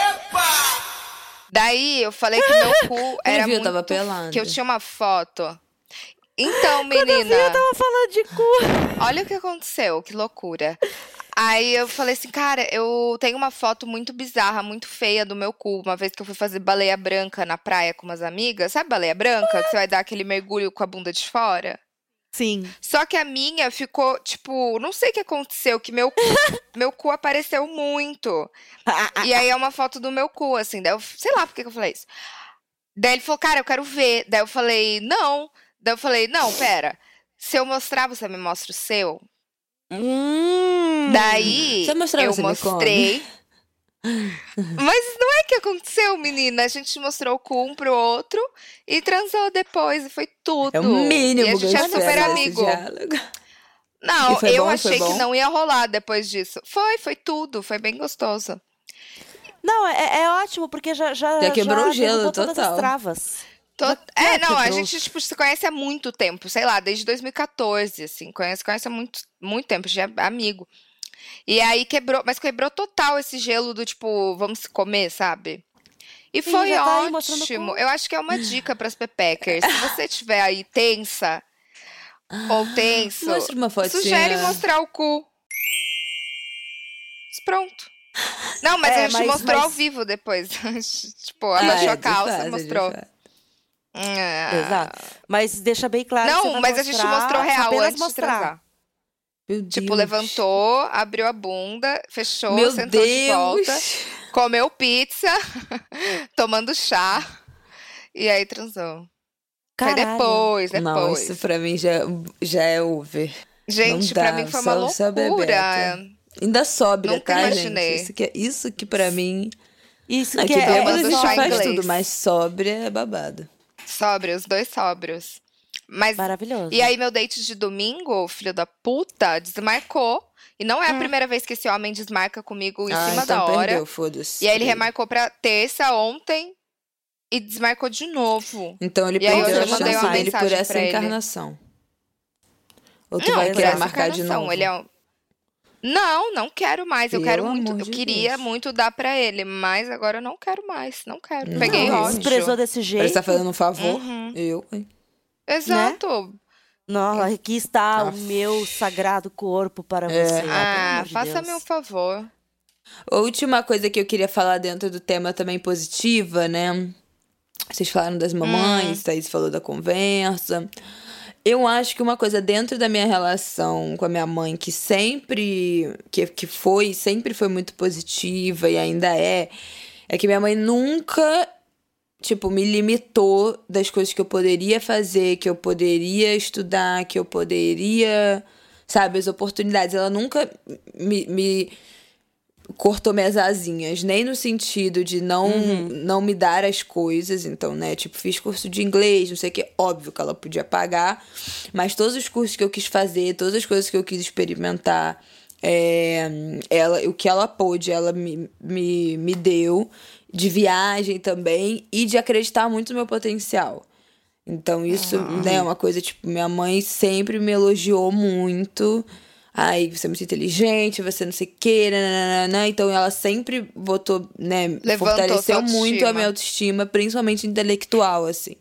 Daí eu falei que meu cu era
viu,
muito...
tava pelado.
Que eu tinha uma foto. Então,
Quando eu vi, eu
menina,
tava falando de cu.
olha o que aconteceu, que loucura. Aí eu falei assim, cara, eu tenho uma foto muito bizarra, muito feia do meu cu. Uma vez que eu fui fazer baleia branca na praia com umas amigas. Sabe baleia branca? Que você vai dar aquele mergulho com a bunda de fora?
Sim.
Só que a minha ficou, tipo, não sei o que aconteceu, que meu, meu cu apareceu muito. E aí é uma foto do meu cu, assim. Daí eu, sei lá por que que eu falei isso. Daí ele falou, cara, eu quero ver. Daí eu falei, não. Daí eu falei, não, pera. Se eu mostrar, você me mostra o seu?
Hum.
Daí
Se eu mostrar,
eu
você me
mostrei. Mas não é que aconteceu, menina. A gente mostrou o cu um pro outro e transou depois. E foi tudo.
É o mínimo
E a
que eu
gente é
espero
super
desse
amigo.
diálogo.
Não,
E foi
eu
bom? Foi
achei que
bom?
não ia rolar depois disso. Foi, foi tudo. Foi bem gostoso.
Não, é, é ótimo, porque já, já,
Já quebrou o gelo
derrubou todas
total.
as travas.
Tô-
Já-
É,
já
não, a
quebrou.
gente, tipo, se conhece há muito tempo, sei lá, desde dois mil e quatorze, assim, conhece, conhece há muito, muito tempo, já é amigo. E aí quebrou, mas quebrou total esse gelo do tipo, vamos se comer, sabe? E
Sim,
foi
já tá aí mostrando
ótimo.
cu.
Eu acho que é uma dica pras pepeckers. Se você estiver aí tensa ou tenso,
Mostra uma fotinha.
sugere mostrar o cu. Pronto. Não, mas
É,
a gente
mas-
mostrou
mas-
ao vivo depois. tipo,
Ah,
abaixou
é,
a
de
calça,
fato, de
mostrou.
fato.
Ah.
Exato. Mas deixa bem claro que você
Não,
vai
mas a gente
mostrar,
mostrou real
apenas
antes
mostrar.
de transar.
Meu
Tipo,
Deus.
levantou, abriu a bunda, fechou,
Meu
sentou de volta,
Deus.
comeu pizza, tomando chá, e aí transou. Foi
Caralho.
depois, depois.
Não, isso pra mim já, já é over.
Gente,
Não
pra
dá,
mim foi uma
só- só
loucura.
bebeca. Ainda sobra,
Nunca
tá,
imaginei.
gente? Isso que, é- isso que pra mim...
Isso
Não,
que
que
é,
bêbado a
tomando
gente
chá
faz
inglês.
tudo, mas sóbria é babado.
Sóbrios, dois sóbrios. Mas,
maravilhoso.
e aí meu date de domingo, filho da puta, desmarcou. E não é a primeira vez que esse homem desmarca comigo em
ah,
cima
então
da hora.
perdeu, foda-se.
E aí ele remarcou pra terça, ontem, e desmarcou de novo.
Então ele
E aí
perdeu
hoje
a
eu mandei
chance
uma
dele por
mensagem
essa
pra ele.
encarnação. Ou tu
Não,
vai
por
querer
essa
marcar de
encarnação,
novo?
ele é um... Não, não quero mais. Eu
Pelo
quero muito.
amor
Eu
de
queria
Deus.
muito dar pra ele, mas agora eu não quero mais. Não quero.
Não,
Peguei
não,
ódio.
desprezou desse
Parece
jeito.
que tá fazendo um favor.
Uhum.
Eu, hein?
Exato.
Não, aqui está
Aff.
o meu sagrado corpo para
É.
você. pelo
Ah,
amor de
faça-me um
Deus.
favor.
A última coisa que eu queria falar dentro do tema também positiva, né? Vocês falaram das mamães,
Hum.
Thaís falou da conversa. Eu acho que uma coisa dentro da minha relação com a minha mãe, que sempre, que, que foi, sempre foi muito positiva e ainda é, é que minha mãe nunca, tipo, me limitou das coisas que eu poderia fazer, que eu poderia estudar, que eu poderia, sabe, as oportunidades. Ela nunca me, me cortou minhas asinhas, nem no sentido de não, não me dar as coisas. Então, né, tipo, fiz curso de inglês, não sei o que, óbvio que ela podia pagar, mas todos os cursos que eu quis fazer, todas as coisas que eu quis experimentar, é, ela, o que ela pôde, ela me, me, me deu, de viagem também, e de acreditar muito no meu potencial. Então, isso, né, é uma coisa, tipo, minha mãe sempre me elogiou muito. Ai, você é muito inteligente, você não sei o quê, nananana. Então ela sempre botou, né,
Levantou
fortaleceu
sua
muito a
autoestima.
minha autoestima, principalmente intelectual, assim.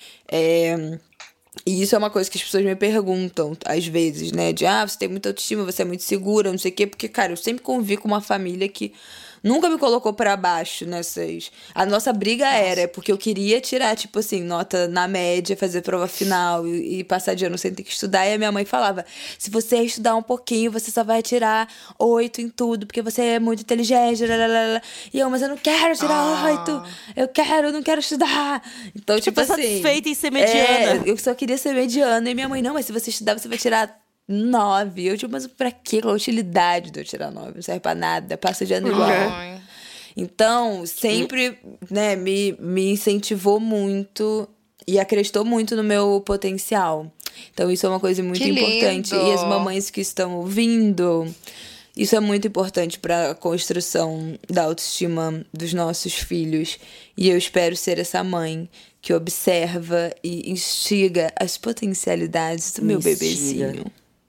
É, e isso é uma coisa que as pessoas me perguntam, às vezes, né, de, ah, você tem muita autoestima, você é muito segura, não sei o quê, porque, cara, eu sempre convivi com uma família que nunca me colocou pra baixo nessas... A nossa briga era porque eu queria tirar, tipo assim, nota na média, fazer prova final e, e passar de ano sem ter que estudar. E a minha mãe falava, se você estudar um pouquinho, você só vai tirar oito em tudo, porque você é muito inteligente. Lalalala. E eu, mas eu não quero tirar
Ah.
oito. Eu quero, eu não quero estudar. Então, tipo
tá
assim...
satisfeita em ser mediana.
É, eu só queria ser mediana. E minha mãe, não, mas se você estudar, você vai tirar nove. Eu, tipo, mas pra quê? Qual a utilidade de eu tirar nove? Não serve pra nada. Passa de ano igual.
Ai.
Então, sempre, né, me, me incentivou muito e acreditou muito no meu potencial. Então, isso é uma coisa muito
Que
importante.
lindo!
E as mamães que estão ouvindo, isso é muito importante para a construção da autoestima dos nossos filhos. E eu espero ser essa mãe que observa e instiga as potencialidades do meu
Instiga.
bebezinho.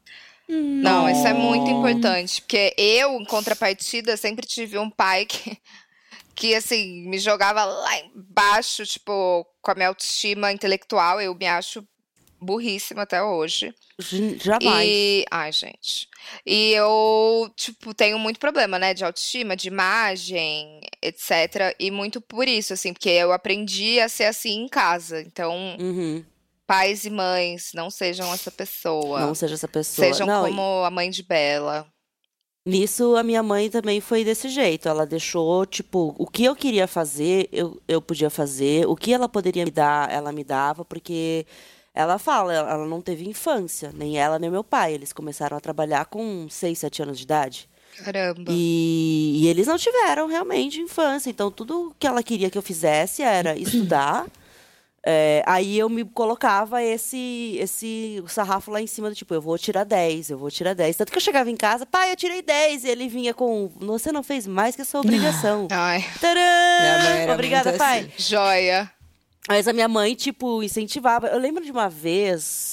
Não, isso é muito importante. Porque eu, em contrapartida, sempre tive um pai que, que assim, me jogava lá embaixo, tipo, com a minha autoestima intelectual. Eu me acho burríssima até hoje.
J- Jamais.
E. Ai, gente. E eu, tipo, tenho muito problema, né? De autoestima, de imagem, etcétera. E muito por isso, assim, porque eu aprendi a ser assim em casa. Então,
Uhum.
pais e mães, não sejam essa pessoa.
Não seja essa pessoa.
Sejam
Não,
como a mãe de Bela.
Nisso, a minha mãe também foi desse jeito. Ela deixou, tipo, o que eu queria fazer, eu, eu podia fazer. O que ela poderia me dar, ela me dava, porque ela fala, ela ela não teve infância, nem ela, nem meu pai. Eles começaram a trabalhar com seis, sete anos de idade.
Caramba.
E, e eles não tiveram realmente infância. Então, tudo que ela queria que eu fizesse era estudar. É, aí eu me colocava esse, esse sarrafo lá em cima do tipo, eu vou tirar dez, eu vou tirar dez. Tanto que eu chegava em casa, pai, eu tirei dez. E ele vinha com, você não fez mais que a sua obrigação.
Ai,
Minha mãe
Tcharam!
era
Obrigada,
muito
pai.
assim.
joia.
Mas a minha mãe, tipo, incentivava. Eu lembro de uma vez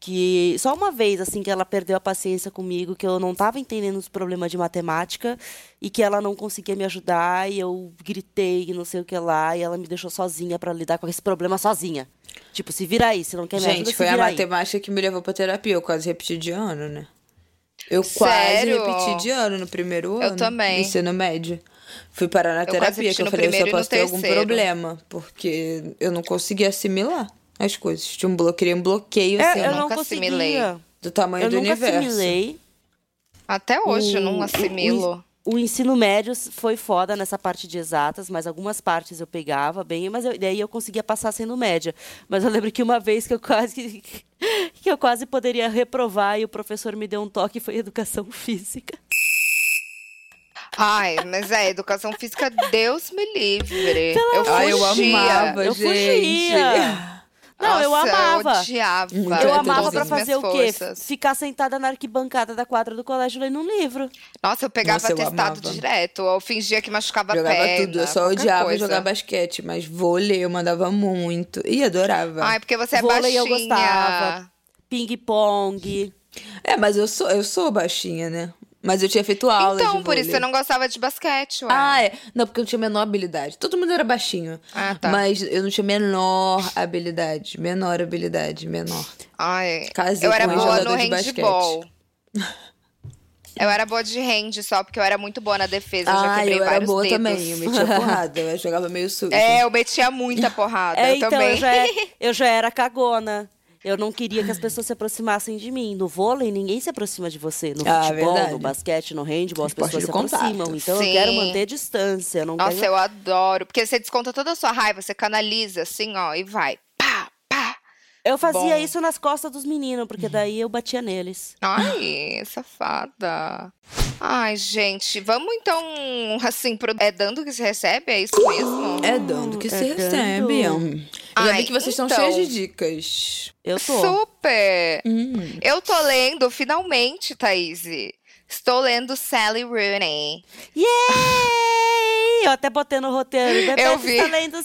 que só uma vez, assim, que ela perdeu a paciência comigo, que eu não tava entendendo os problemas de matemática e que ela não conseguia me ajudar e eu gritei e não sei o que lá e ela me deixou sozinha pra lidar com esse problema sozinha. Tipo, se vira aí, se não quer me ajuda,
Gente,
se
foi a
vira aí.
matemática que me levou pra terapia. Eu quase repeti de ano, né? Eu
Sério?
quase repeti de ano no primeiro
Eu
ano.
também.
Do ensino médio. Fui parar na
quase
terapia,
repeti
que eu
no
falei, eu só
primeiro e no
posso ter algum
terceiro.
problema. Porque eu não conseguia assimilar as coisas. Tinha um bloqueio, um bloqueio
É,
assim,
eu
nunca
não conseguia.
assimilei.
do tamanho
Eu
do
nunca
universo.
assimilei.
Até hoje eu não
O-
assimilo.
O, o ensino médio foi foda nessa parte de exatas, mas algumas partes eu pegava bem, mas eu- daí eu conseguia passar sendo média. Mas eu lembro que uma vez que eu quase que eu quase poderia reprovar e o professor me deu um toque foi educação física.
Ai, mas é, educação física, Deus me livre. eu fugia.
Ai, eu amava,
Eu
gente.
fugia. Não, eu
Nossa,
amava.
Eu odiava.
Muito
Eu
Todas
amava
as
pra
minhas
fazer o quê?
forças.
Ficar sentada na arquibancada da quadra do colégio lendo um livro.
Nossa, eu pegava
Nossa, eu
atestado
amava.
direto. Eu fingia que machucava a
Jogava
perna.
tudo. Eu só
qualquer
odiava
coisa.
jogar basquete, mas vôlei eu mandava muito. E adorava.
Ai, porque você é
Vôlei
baixinha.
eu gostava. Ping-pong.
É, mas eu sou, eu sou baixinha, né? Mas eu tinha feito aula
Então,
de
por isso
vôlei.
você não gostava de basquete, ué.
Ah, é. Não, porque eu não tinha a menor habilidade. Todo mundo era baixinho.
Ah, tá.
Mas eu não tinha a menor habilidade. Menor habilidade, menor.
Ai,
Casei
eu era
com um
boa no
jogador de
handball. Eu era boa de hand só, porque eu era muito boa na defesa. Eu já
Ah,
quebrei
eu era
vários
boa
dedos.
também. Eu metia porrada. Eu jogava meio sujo.
É, eu metia muita porrada.
É,
eu
então,
também.
eu já, é- eu já era cagona. Eu não queria que as pessoas se aproximassem de mim. No vôlei, ninguém se aproxima de você. No
Ah,
futebol,
verdade.
no basquete, no handball, as
Esporte
pessoas
de
se
contato.
aproximam. Então,
Sim.
eu quero manter distância. Eu não
Nossa,
quero...
eu adoro. Porque você desconta toda a sua raiva, você canaliza assim, ó, e vai. Pá, pá.
Eu fazia
Bom.
isso nas costas dos meninos, porque daí eu batia neles.
Ai, safada. Ai, gente, vamos então, assim, pro... é dando que se recebe? É isso mesmo?
É dando que
É
se
dando.
recebe. Eu já
Ai,
vi que vocês estão
então.
cheios de dicas.
Eu tô.
Super!
Hum.
Eu tô lendo, finalmente, Thaís. Estou lendo Sally Rooney.
Yay! Eu até botei no roteiro. Bebê,
Eu
você
vi.
está lendo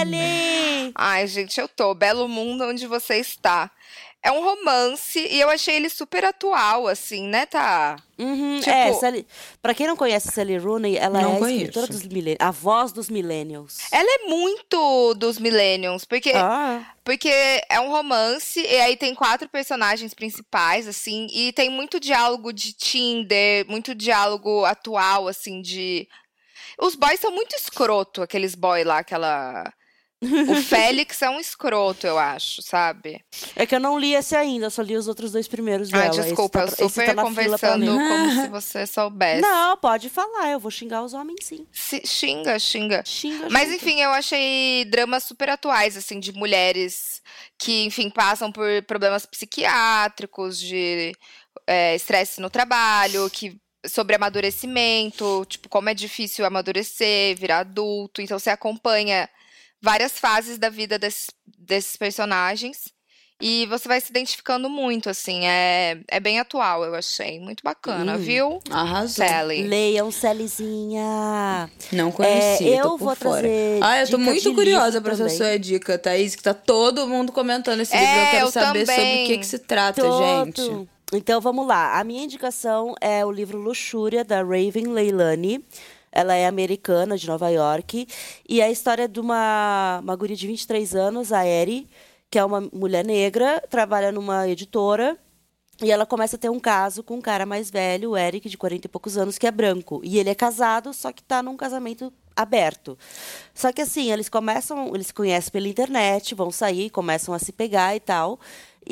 Sally!
Ai, gente, eu tô. Belo mundo onde você está. É um romance e eu achei ele super atual, assim, né, tá?
Uhum,
Tipo-
é, Sally, pra quem não conhece Sally Rooney, ela
Não
é a
conheço.
escritora dos millennials, a voz dos millennials.
Ela é muito dos Millennials, porque,
Ah,
porque é um romance e aí tem quatro personagens principais, assim, e tem muito diálogo de Tinder, muito diálogo atual, assim, de... Os boys são muito escroto, aqueles boy lá, aquela... O Félix é um escroto, eu acho, sabe?
é que eu não li esse ainda, eu só li os outros dois primeiros
Ai,
dela. Esse
desculpa,
tá-
eu
esse
super
tá na fila pra
conversando
ler.
como se você soubesse.
Não, pode falar, eu vou xingar os homens sim.
Se- xinga, xinga.
Xinga
Mas
junto.
enfim, eu achei dramas super atuais, assim, de mulheres que, enfim, passam por problemas psiquiátricos, de é, estresse no trabalho, que sobre amadurecimento, tipo, como é difícil amadurecer, virar adulto. Então você acompanha várias fases da vida desses, desses personagens. E você vai se identificando muito, assim. É, é bem atual, eu achei. Muito bacana,
Hum.
viu?
Arrasou.
Sally.
Leiam Sallyzinha.
Não conhecia,
É,
tô
eu
por
vou
fora.
trazer
Ah, eu tô
dica
muito
de
curiosa
livro
pra essa
também.
sua dica, Thaís, que tá todo mundo comentando esse
É,
livro. Eu quero
eu
saber sobre
também.
o que, que se trata,
Todo.
gente.
Então vamos lá. A minha indicação é o livro Luxúria, da Raven Leilani. Ela é americana, de Nova York. E é a história de uma, uma guria de vinte e três anos, a Eri, que é uma mulher negra, trabalha numa editora. E ela começa a ter um caso com um cara mais velho, o Eric, de quarenta e poucos anos, que é branco. E ele é casado, só que tá num casamento aberto. Só que assim, eles começam, eles se conhecem pela internet, vão sair, começam a se pegar e tal.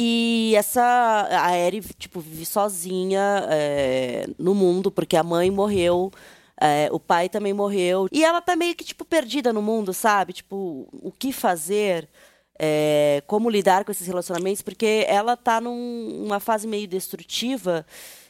E essa, a Eri, tipo, vive sozinha é, no mundo, porque a mãe morreu, é, o pai também morreu. E ela tá meio que, tipo, perdida no mundo, sabe? Tipo, o que fazer? É, como lidar com esses relacionamentos, porque ela tá num- numa fase meio destrutiva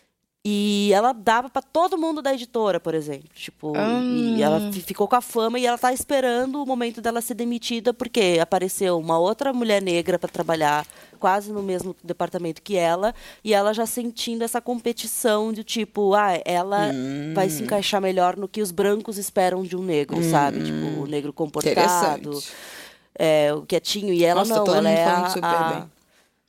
e ela dava pra todo mundo da editora, por exemplo. Tipo, e ela fi- ficou com a fama e ela tá esperando o momento dela ser demitida, porque apareceu uma outra mulher negra pra trabalhar quase no mesmo departamento que ela, e ela já sentindo essa competição de tipo, ah, ela vai se encaixar melhor no que os brancos esperam de um negro, sabe? Tipo, o negro comportado.
Interessante.
É, o quietinho, e ela
Nossa, tá
não,
todo
ela
mundo
é
falando
a,
super
a-
bem.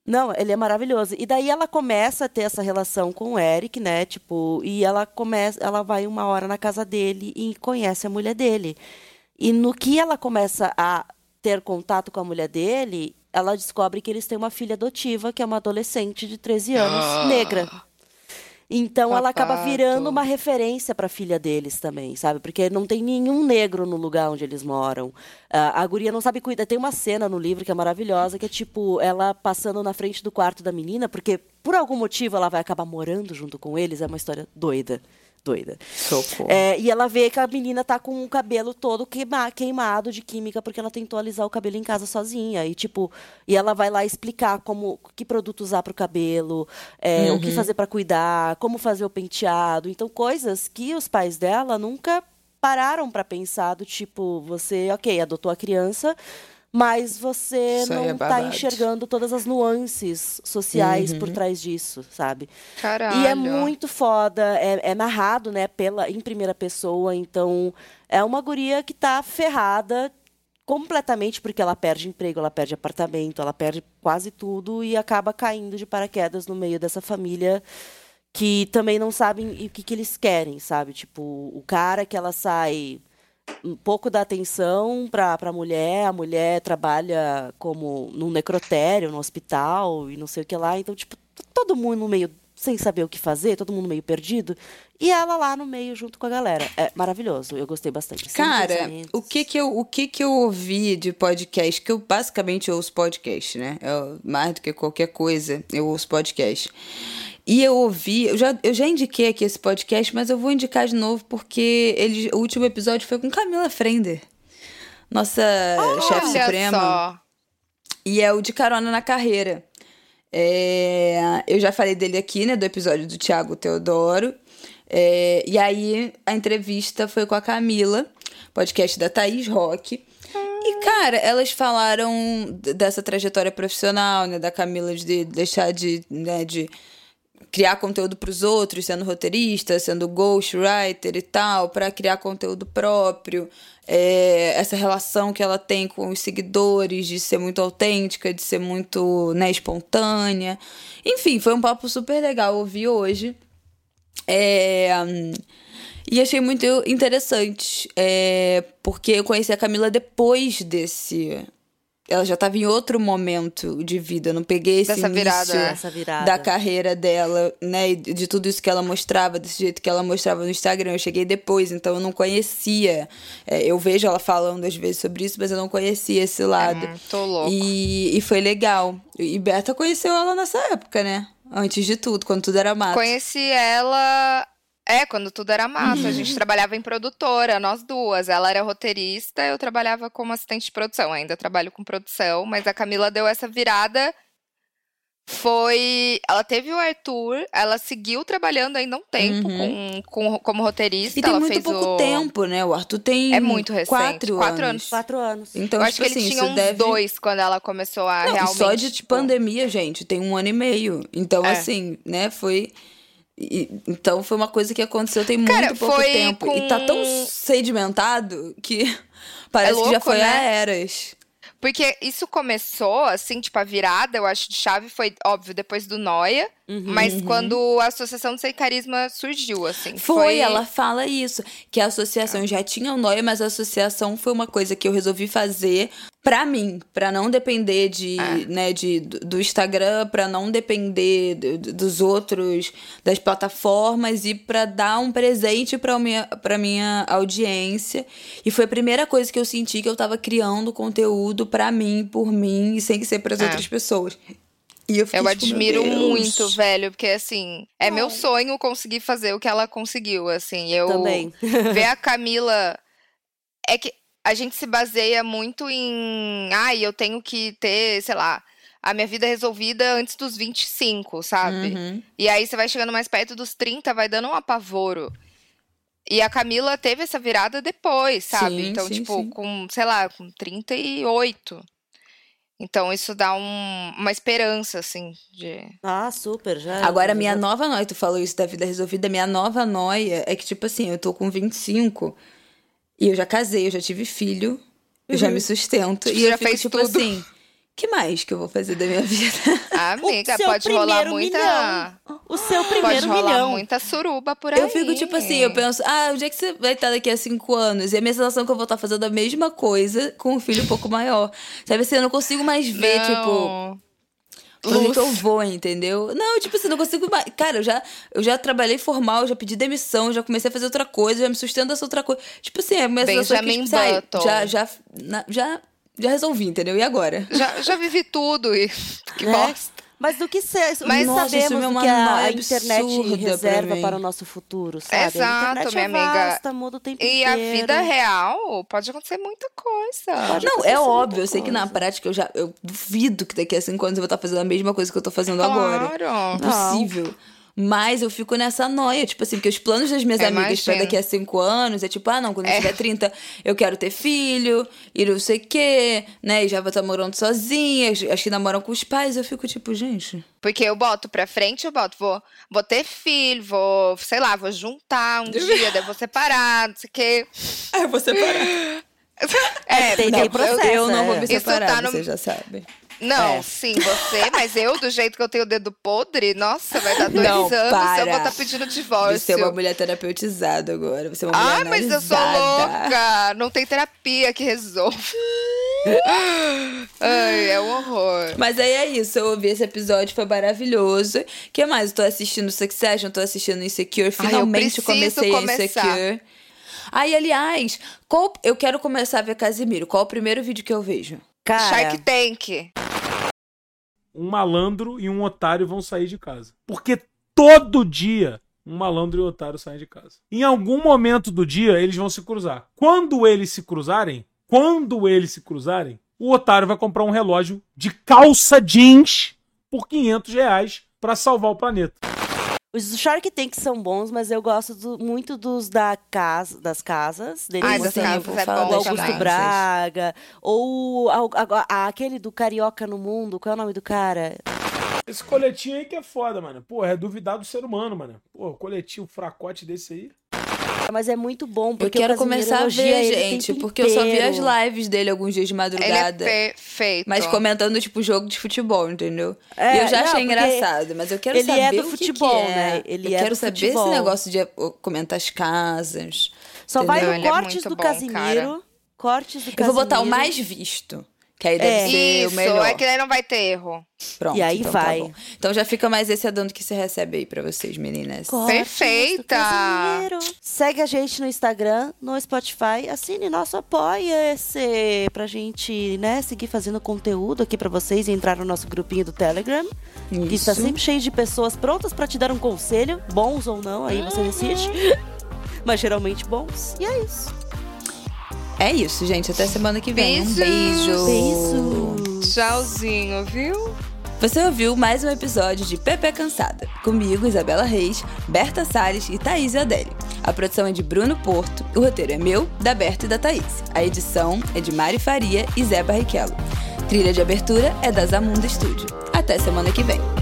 Não, ele é maravilhoso. E daí ela começa a ter essa relação com o Eric, né? Tipo, e ela começa, ela vai uma hora na casa dele e conhece a mulher dele. E no que ela começa a ter contato com a mulher dele, ela descobre que eles têm uma filha adotiva, que é uma adolescente de treze anos,
Ah.
negra. Então ela acaba
Babado.
virando uma referência para a filha deles também, sabe? Porque não tem nenhum negro no lugar onde eles moram. Ah, a guria não sabe cuidar. Tem uma cena no livro que é maravilhosa, que é tipo ela passando na frente do quarto da menina, porque por algum motivo ela vai acabar morando junto com eles. É uma história doida. Doida.
Socorro.
É, e ela vê que a menina tá com o cabelo todo queima- queimado de química porque ela tentou alisar o cabelo em casa sozinha. E, tipo, e ela vai lá explicar como que produto usar pro cabelo, é, o que fazer pra cuidar, como fazer o penteado. Então, coisas que os pais dela nunca pararam pra pensar do tipo, você, ok, adotou a criança, mas você
Isso aí
não
é
tá
babado.
enxergando todas as nuances sociais por trás disso, sabe?
Caralho.
E é muito foda, é, é narrado, né, pela, em primeira pessoa, então é uma guria que tá ferrada completamente porque ela perde emprego, ela perde apartamento, ela perde quase tudo e acaba caindo de paraquedas no meio dessa família que também não sabem o que, que eles querem, sabe? Tipo, o cara que ela sai um pouco da atenção para a mulher, a mulher trabalha como num necrotério, no hospital e não sei o que lá, então, tipo, t- todo mundo meio sem saber o que fazer, todo mundo meio perdido, e ela lá no meio junto com a galera. É maravilhoso, eu gostei bastante. Sem
Cara,
pensamentos.
o que que eu, o que que eu ouvi de podcast, que eu basicamente ouço podcast, né? Eu, mais do que qualquer coisa, eu ouço podcast. E eu ouvi, eu já, eu já indiquei aqui esse podcast, mas eu vou indicar de novo porque ele, o último episódio foi com Camila Frender, nossa chefe
Olha
suprema.
só.
E é o de Carona na Carreira. É, eu já falei dele aqui, né? Do episódio do Thiago Teodoro. É, e aí, a entrevista foi com a Camila, podcast da Thaís Roque. E, cara, elas falaram d- dessa trajetória profissional, né? Da Camila de deixar de, né, de criar conteúdo pros outros, sendo roteirista, sendo ghostwriter e tal, pra criar conteúdo próprio. É, essa relação que ela tem com os seguidores, de ser muito autêntica, de ser muito, né, espontânea. Enfim, foi um papo super legal, eu ouvi hoje. É, hum, e achei muito interessante, é, porque eu conheci a Camila depois desse... Ela já estava em outro momento de vida, eu não peguei esse
Dessa
início
virada, né?
Essa virada.
da carreira dela, né, e de de tudo isso que ela mostrava, desse jeito que ela mostrava no Instagram. Eu cheguei depois, então eu não conhecia. É, eu vejo ela falando às vezes sobre isso, mas eu não conhecia esse lado.
Hum, tô louco.
E, e foi legal. E Berta conheceu ela nessa época, né? Antes de tudo, quando tudo era mato.
Conheci ela. É, quando tudo era mato. A gente trabalhava em produtora, nós duas. Ela era roteirista, eu trabalhava como assistente de produção. Ainda trabalho com produção, mas a Camila deu essa virada. Foi. Ela teve o Arthur, ela seguiu trabalhando ainda um tempo com, com- como roteirista.
E tem
ela
muito
fez
pouco
o...
tempo, né? O Arthur tem
É muito recente,
quatro,
quatro
anos.
anos.
Quatro anos.
Então,
eu acho
tipo
que ele
assim,
tinha
isso
uns
deve...
dois quando ela começou a
Não, e
realmente.
só de
tipo,
pandemia, gente, tem um ano e meio. Então,
É.
assim, né, foi... e- então, foi uma coisa que aconteceu tem
Cara,
muito pouco
foi
tempo. E tá
com-
tão sedimentado que parece que já
louco,
foi
né?
há eras.
Porque isso começou, assim, tipo, a virada, eu acho, de chave foi, óbvio, depois do Noia. Mas quando a Associação do Sem Carisma surgiu, assim.
Foi, ela fala isso, que a associação já tinha o Noia, mas a associação foi uma coisa que eu resolvi fazer pra mim, pra não depender de,
É.
né, de, do do Instagram, pra não depender do- do- dos outros, das plataformas e pra dar um presente pra minha, pra minha audiência. E foi a primeira coisa que eu senti que eu tava criando conteúdo pra mim, por mim, e sem ser pras
É.
outras pessoas. E eu fiquei
Eu
tipo, meu
admiro
Deus.
muito, velho, porque assim, é meu sonho conseguir fazer o que ela conseguiu, assim. Eu
Também.
ver a Camila é que a gente se baseia muito em, ai, eu tenho que ter, sei lá, a minha vida resolvida antes dos vinte e cinco, sabe?
Uhum.
E aí você vai chegando mais perto dos trinta, vai dando um apavoro. E a Camila teve essa virada depois, sabe?
Sim,
Então,
sim,
tipo,
sim.
com, sei lá, com trinta e oito. Então, isso dá um- uma esperança, assim, de...
Ah, super, já.
Agora,
já-
minha nova noia, tu falou isso da vida resolvida, minha nova noia é que, tipo assim, eu tô com vinte e cinco e eu já casei, eu já tive filho, eu já me sustento.
Tipo,
e
você
eu
já
fico,
fez
tipo
tudo.
assim, que mais que eu vou fazer da minha vida?
Amiga,
O seu
pode rolar
primeiro
muita...
milhão. O seu
Pode
primeiro
rolar
milhão.
muita suruba por aí.
Eu fico tipo assim, eu penso, ah, onde é que você vai estar daqui a cinco anos? E a minha sensação é que eu vou estar fazendo a mesma coisa com um filho um pouco maior. Sabe assim, eu não consigo mais ver, tipo...
Não.
Pra onde
Luz.
que eu vou, entendeu? Não, tipo assim, não consigo mais. Cara, eu já, eu já trabalhei formal, já pedi demissão, já comecei a fazer outra coisa, já me sustento dessa outra coisa. Tipo assim, a minha sensação é que,
Benjamin
tipo, assim, ai,
Button.
já, já, na- já, já resolvi, entendeu? E agora?
Já, já vivi tudo e que
Né?
bosta.
Mas do que ser,
Mas,
não
nossa, isso
sabemos
é
do
uma
que a,
noia
a internet
absurda pra
reserva
mim.
para o nosso futuro, sabe?
Exato,
a internet
minha
é
amiga.
vasta, muda o tempo
E
inteiro.
a vida real pode acontecer muita coisa.
Pode
Não,
acontecer
é
muita
óbvio, eu sei que na
coisa.
prática eu já. Eu duvido que daqui a cinco anos eu vou estar fazendo a mesma coisa que eu tô fazendo agora.
Claro.
Impossível. Mas eu fico nessa noia, tipo assim, porque os planos das minhas
Eu
amigas pra
imagino.
daqui a cinco anos é tipo, ah, não, quando eu
É.
tiver trinta, eu quero ter filho, e não sei o quê, né? E já vou estar morando sozinha, as as que namoram com os pais, eu fico tipo, gente.
Porque eu boto pra frente, eu boto, vou, vou ter filho, vou, sei lá, vou juntar um dia, daí vou separar, não sei o quê.
Ah, eu vou separar.
É,
tem-
não,
tem processo,
eu, eu não vou
é.
me
Isso
separar,
tá no-
vocês já sabem.
Não,
É.
sim, você, mas eu, do jeito que eu tenho o dedo podre, nossa, vai dar dois
Não,
anos e eu
para.
vou estar pedindo
Você é
divórcio.
uma mulher terapeutizada agora, você é uma mulher
Ai, mas eu sou
analisada.
louca! Não tem terapia que resolve. Ai, é um horror.
Mas aí é isso, eu ouvi esse episódio, foi maravilhoso. O que mais? Eu tô assistindo Succession, tô assistindo Insecure, finalmente
preciso
comecei a
começar.
Insecure. Aí, aliás, qual... eu quero começar a ver Casimiro. Qual o primeiro vídeo que eu vejo?
Cara,
Shark Tank.
Um malandro e um otário vão sair de casa. Porque todo dia um malandro e um otário saem de casa. Em algum momento do dia eles vão se cruzar. Quando eles se cruzarem, quando eles se cruzarem, o otário vai comprar um relógio de calça jeans por quinhentos reais pra salvar o planeta.
os Shark Tank são bons, mas eu gosto do- muito dos da casa, das casas. Deles,
Ai, das
assim,
casas
o
é bom
Augusto
também.
Braga, ou a- a- a- aquele do Carioca no Mundo, qual é o nome do cara?
Esse coletinho aí que é foda, mano. Pô, é duvidar do ser humano, mano. Pô, coletinho, fracote desse aí.
Mas é muito bom,
Eu
porque
quero
o Casimiro
começar a
elogia
ver,
ele o
gente,
tempo
porque eu só vi as
inteiro.
lives dele alguns dias de
Ele é
madrugada.
perfeito.
Mas comentando, tipo, jogo de futebol, entendeu?
É,
e eu já
não,
achei
porque
engraçado, mas eu quero
ele
saber
é do
o que
futebol,
que é.
né? Ele
eu
é
quero
do
saber
futebol.
esse negócio de uh, comentar as casas.
Só vai
entendeu?
no
Ele é
cortes
muito
do
bom,
Casimiro.
cara.
Cortes do
Eu
Casimiro.
vou botar o mais visto, que aí deve
É.
ser
Isso,
o melhor.
é que daí não vai ter erro.
Pronto,
E aí
então tá
vai.
bom. Então já fica mais esse adendo que se recebe aí pra vocês, meninas.
Cortes
Perfeita!
do Casimiro. Segue a gente no Instagram, no Spotify, assine nosso Apoia-se pra gente, né, seguir fazendo conteúdo aqui pra vocês e entrar no nosso grupinho do Telegram, que está
Isso.
sempre cheio de pessoas prontas pra te dar um conselho, bons ou não, aí você decide. Mas geralmente bons. E é isso.
É isso, gente. Até semana que vem. Um
Beijos.
beijo.
Beijo.
Tchauzinho, viu?
Você ouviu mais um episódio de Pepe Cansada. Comigo, Isabela Reis, Berta Salles e Thaís Adeli. A produção é de Bruno Porto, o roteiro é meu, da Berta e da Thaís. A edição é de Mari Faria e Zé Barrichello. Trilha de abertura é da Zamunda Studio. Até semana que vem.